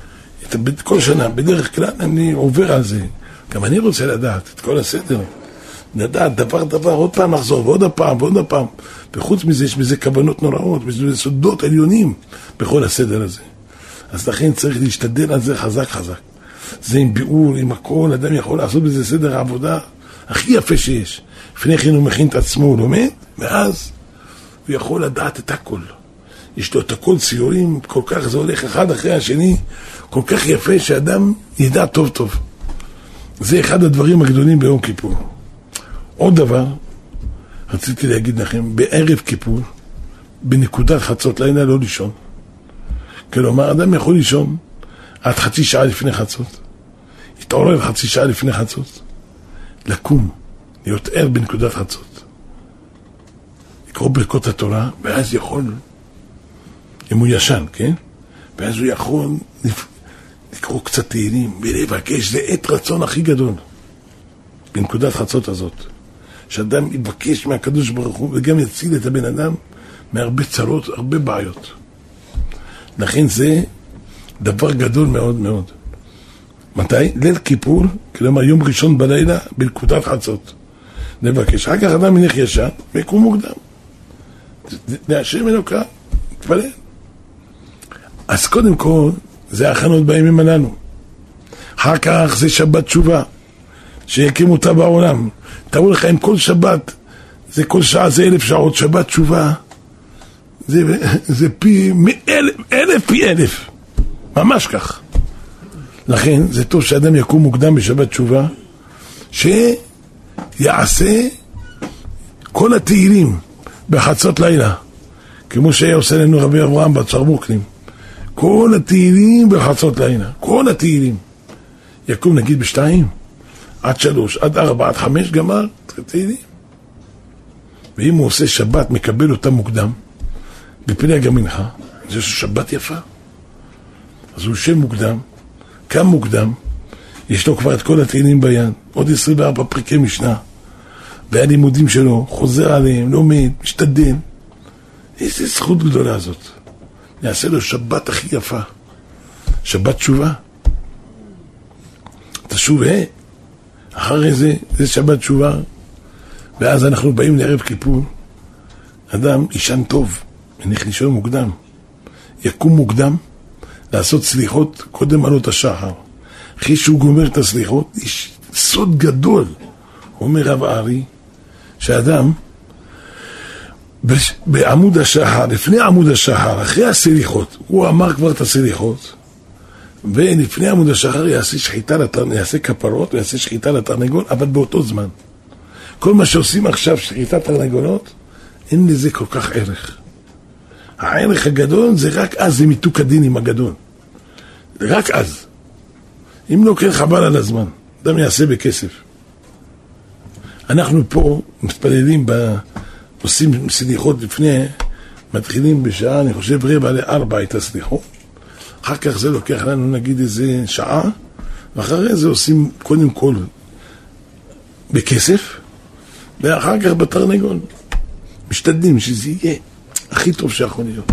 כל שנה, בדרך כלל אני עובר על זה, גם אני רוצה לדעת את כל הסדר, לדעת דבר דבר, עוד פעם לחזור, ועוד הפעם, ועוד הפעם, וחוץ מזה יש בזה כוונות נוראות, וזה סודות עליונים בכל הסדר הזה. אז לכן צריך להשתדל על זה חזק חזק. זה עם ביאור, עם הכל, אדם יכול לעשות בזה סדר העבודה הכי יפה שיש. לפני כן הוא מכין את עצמו, הוא לומד, ואז הוא יכול לדעת את הכל. יש לו את הכל ציורים, כל כך זה הולך אחד אחרי השני, כל כך יפה שאדם ידע טוב טוב. זה אחד הדברים הגדולים ביום כיפור. עוד דבר, רציתי להגיד לכם, בערב כיפור, בנקודת חצות לילה לא לישון. כלומר, אדם יכול לישון עד חצי שעה לפני חצות, יתעורר חצי שעה לפני חצות, לקום, להיות ער בנקודת חצות, לקרוא ברכות התורה, ואז יכול, אם הוא ישן, כן? ואז הוא יכול לקרוא קצת תהילים, ולבקש, זה עת רצון הכי גדול, בנקודת חצות הזאת, שאדם יבקש מהקדוש ברוך הוא, וגם יציל את הבן אדם מהרבה צרות, הרבה בעיות. לכן זה דבר גדול מאוד מאוד. מתי? ליל כיפור, כלומר יום ראשון בלילה, בנקודת חצות. נבקש. אחר כך אדם ילך ישן, ויקום מוקדם. להשם אלוקה, תפלל. אז קודם כל, זה הכנות בימים הללו. אחר כך זה שבת תשובה, שיקים אותה בעולם. תראו לך, עם כל שבת, זה כל שעה, זה אלף שעות, שבת תשובה, זה, זה פי, מאלף, אלף פי אלף. ממש כך. לכן, זה טוב שאדם יקום מוקדם בשבת תשובה, שיעשה כל התהילים בחצות לילה, כמו שהיה עושה לנו רבי אברהם בצרמוקלים. כל התהילים בחצות לילה, כל התהילים. יקום נגיד בשתיים, עד שלוש, עד ארבע, עד חמש, גמר, תהילים. ואם הוא עושה שבת, מקבל אותה מוקדם, בפלג המנחה, זה שבת יפה. אז הוא יושב מוקדם, קם מוקדם, יש לו כבר את כל התהילים ביד, עוד עשרים וארבע פרקי משנה, והלימודים שלו, חוזר עליהם, לומד, משתדל. איזה זכות גדולה הזאת. נעשה לו שבת הכי יפה. שבת תשובה. תשוב, אה? אחרי זה, זה שבת תשובה. ואז אנחנו באים לערב כיפור. אדם ישן טוב, ונלך לישון מוקדם. יקום מוקדם, לעשות סליחות קודם עלות השחר. אחרי שהוא גומר את הסליחות, יש סוד גדול. אומר רב ארי, שאדם בעמוד השחר, לפני עמוד השחר, אחרי הסליחות, הוא אמר כבר את הסליחות, ולפני עמוד השחר יעשה שחיטה לתרנגול, יעשה כפרות ויעשה שחיטה לתרנגול, אבל באותו זמן. כל מה שעושים עכשיו שחיטת תרנגולות, אין לזה כל כך ערך. הערך הגדול זה רק אז, זה מיתוק הדינים הגדול. רק אז. אם לא כן חבל על הזמן, אדם יעשה בכסף. אנחנו פה מתפללים, ב... עושים סליחות לפני, מתחילים בשעה, אני חושב רבע לארבע את הסליחות. אחר כך זה לוקח לנו נגיד איזה שעה, ואחרי זה עושים קודם כל בכסף, ואחר כך בתרנגול. משתדלים שזה יהיה הכי טוב שיכול להיות.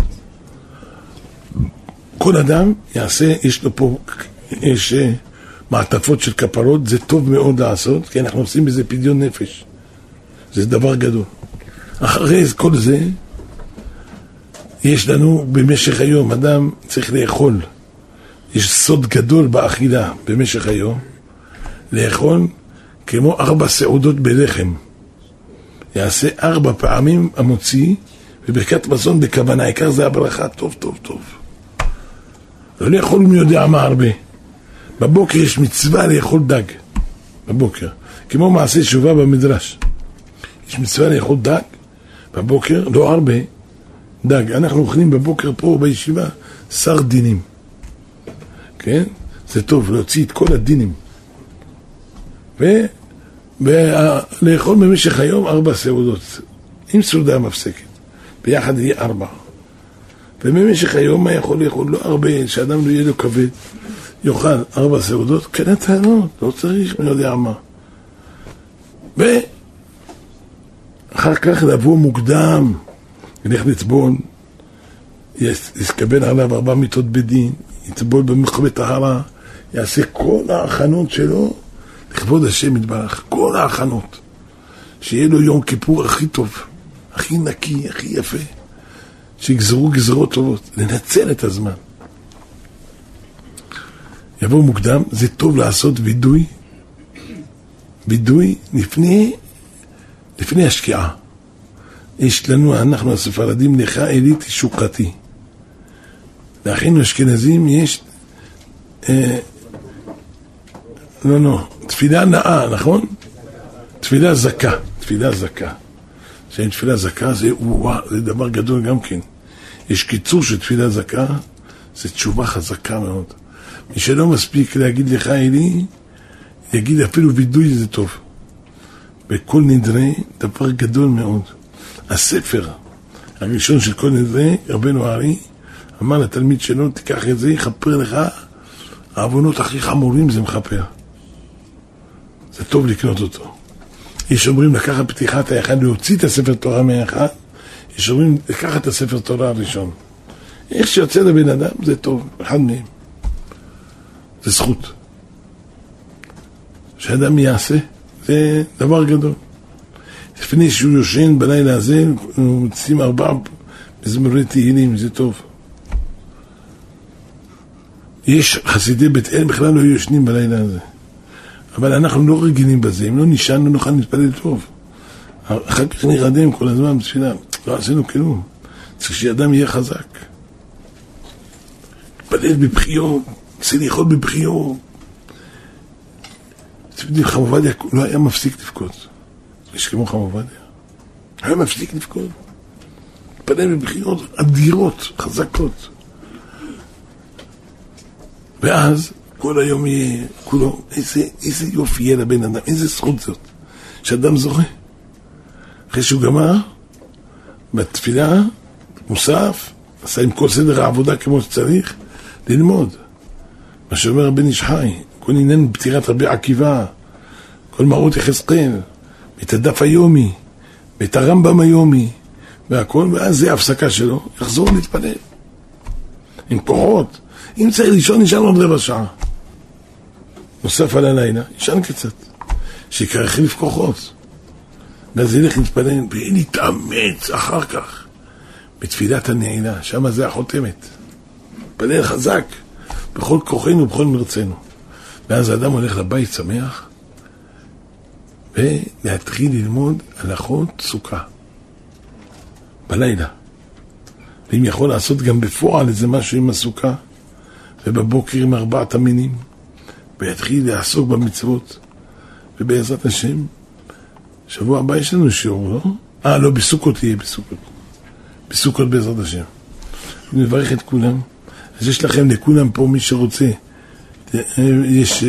כל אדם יעשה, יש לו פה, יש מעטפות של כפרות, זה טוב מאוד לעשות, כי אנחנו עושים בזה פדיון נפש. זה דבר גדול. אחרי כל זה, יש לנו במשך היום, אדם צריך לאכול. יש סוד גדול באכילה במשך היום. לאכול כמו ארבע סעודות בלחם. יעשה ארבע פעמים המוציא, וברכת מזון בכוונה. העיקר זה הברכה, טוב, טוב, טוב. לא לאכול מי יודע מה הרבה. בבוקר יש מצווה לאכול דג. בבוקר. כמו מעשה שובה במדרש. יש מצווה לאכול דג. בבוקר, לא הרבה, דג. אנחנו אוכלים בבוקר פה בישיבה סרדינים. כן? זה טוב, להוציא את כל הדינים. ולאכול במשך היום ארבע סעודות. עם סעודה מפסקת. ביחד יהיה ארבע. ובמשך היום מה יכול לאכול? לא הרבה, שאדם לא יהיה לו כבד. יאכל ארבע סעודות, כן טענות, לא צריך, אני יודע מה. ו... אחר כך לבוא מוקדם, ילך לצבול, יסקבל עליו ארבע מיטות בדין, יצבול במחווה טהרה, יעשה כל ההכנות שלו לכבוד השם יתברך, כל ההכנות, שיהיה לו יום כיפור הכי טוב, הכי נקי, הכי יפה, שיגזרו גזרות טובות, לנצל את הזמן. יבוא מוקדם, זה טוב לעשות וידוי, וידוי לפני לפני השקיעה. יש לנו, אנחנו הספרדים, לך אלית שוקתי. לאחינו אשכנזים יש אה, לא, לא, תפילה נאה, נכון? תפילה זכה, תפילה זכה. שאין תפילה זכה זה, וואו, זה דבר גדול גם כן. יש קיצור של תפילה זכה, זה תשובה חזקה מאוד. מי שלא מספיק להגיד לך אלי, יגיד אפילו וידוי זה טוב. בכל נדרה, דבר גדול מאוד. הספר הראשון של כל נדרה, רבנו הארי, אמר לתלמיד שלו, תיקח את זה, יחפר לך, העוונות הכי חמורים זה מחפר. זה טוב לקנות אותו. יש אומרים לקחת פתיחת היחד, להוציא את הספר תורה מהיחד, יש אומרים לקחת את הספר תורה הראשון. איך שיוצא לבן אדם, זה טוב, אחד מהם. זה זכות. שאדם יעשה, זה דבר גדול. לפני שהוא יושן בלילה הזה, הוא מציעים ארבעה מזמורי תהילים, זה טוב. יש חסידי בית אל, בכלל לא יושנים בלילה הזה. אבל אנחנו לא רגילים בזה, אם לא נשען, לא נוכל להתפלל טוב. אחר כך נרדם כל הזמן בתפילה, לא עשינו כלום. צריך שאדם יהיה חזק. להתפלל בבחיות, צריך לאכול בבחיות. אתם יודעים, חם עובדיה לא היה מפסיק לבכות. יש כמו חם עובדיה. היה מפסיק לבכות. להתפלל בבחיות אדירות, חזקות. ואז כל היום יהיה, כולו, איזה, איזה יופי יהיה לבן אדם, איזה זכות זאת, שאדם זוכה. אחרי שהוא גמר, בתפילה, מוסף, עשה עם כל סדר העבודה כמו שצריך, ללמוד. מה שאומר הבן איש חי, כל עניין פטירת רבי עקיבא, כל מעות יחזקאל, את הדף היומי, ואת הרמב"ם היומי, והכל, ואז זה ההפסקה שלו, יחזור להתפלל. עם כוחות. אם צריך לישון, נשאר עוד רבע שעה. נוסף על הלילה, ישן קצת. שיקרא חליף כוחות. ואז ילך להתפלל, ולהתאמץ אחר כך. בתפילת הנעילה, שם זה החותמת. להתפלל חזק, בכל כוחנו ובכל מרצנו. ואז האדם הולך לבית שמח, ולהתחיל ללמוד הלכות סוכה. בלילה. ואם יכול לעשות גם בפועל איזה משהו עם הסוכה, ובבוקר עם ארבעת המינים, ויתחיל לעסוק במצוות, ובעזרת השם, שבוע הבא יש לנו שיעור, לא? אה, לא, בסוכות יהיה, בסוכות. בסוכות בעזרת השם. אני מברך את כולם. אז יש לכם לכולם פה מי שרוצה. יש,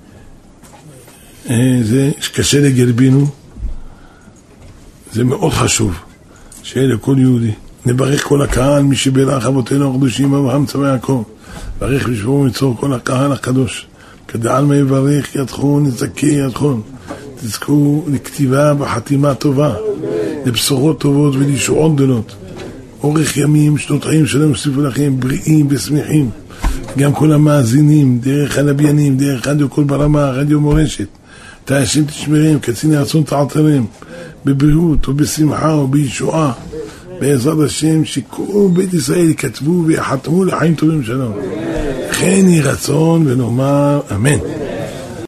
זה קשה לגלבינו. זה מאוד חשוב. שיהיה לכל יהודי. נברך כל הקהל, מי שברך אבותינו הקדושים, אברהם צבא יעקב. ברך בשבוע ומצור כל הקהל הקדוש. כדעלמא יברך ידכון, נזכה ידכון. תזכו לכתיבה וחתימה טובה, לבשורות טובות ולישועות גדולות. אורך ימים, שנות חיים שלהם יוסיפו לכם בריאים ושמחים. גם כל המאזינים, דרך הלוויינים, דרך רדיו כל ברמה, רדיו מורשת. תהשם תשמרם, קצין רצון תעטרם, בבריאות ובשמחה ובישועה. בעזרת השם שכל בית ישראל יכתבו ויחתמו לחיים טובים שלום. כן יהי רצון ונאמר אמן.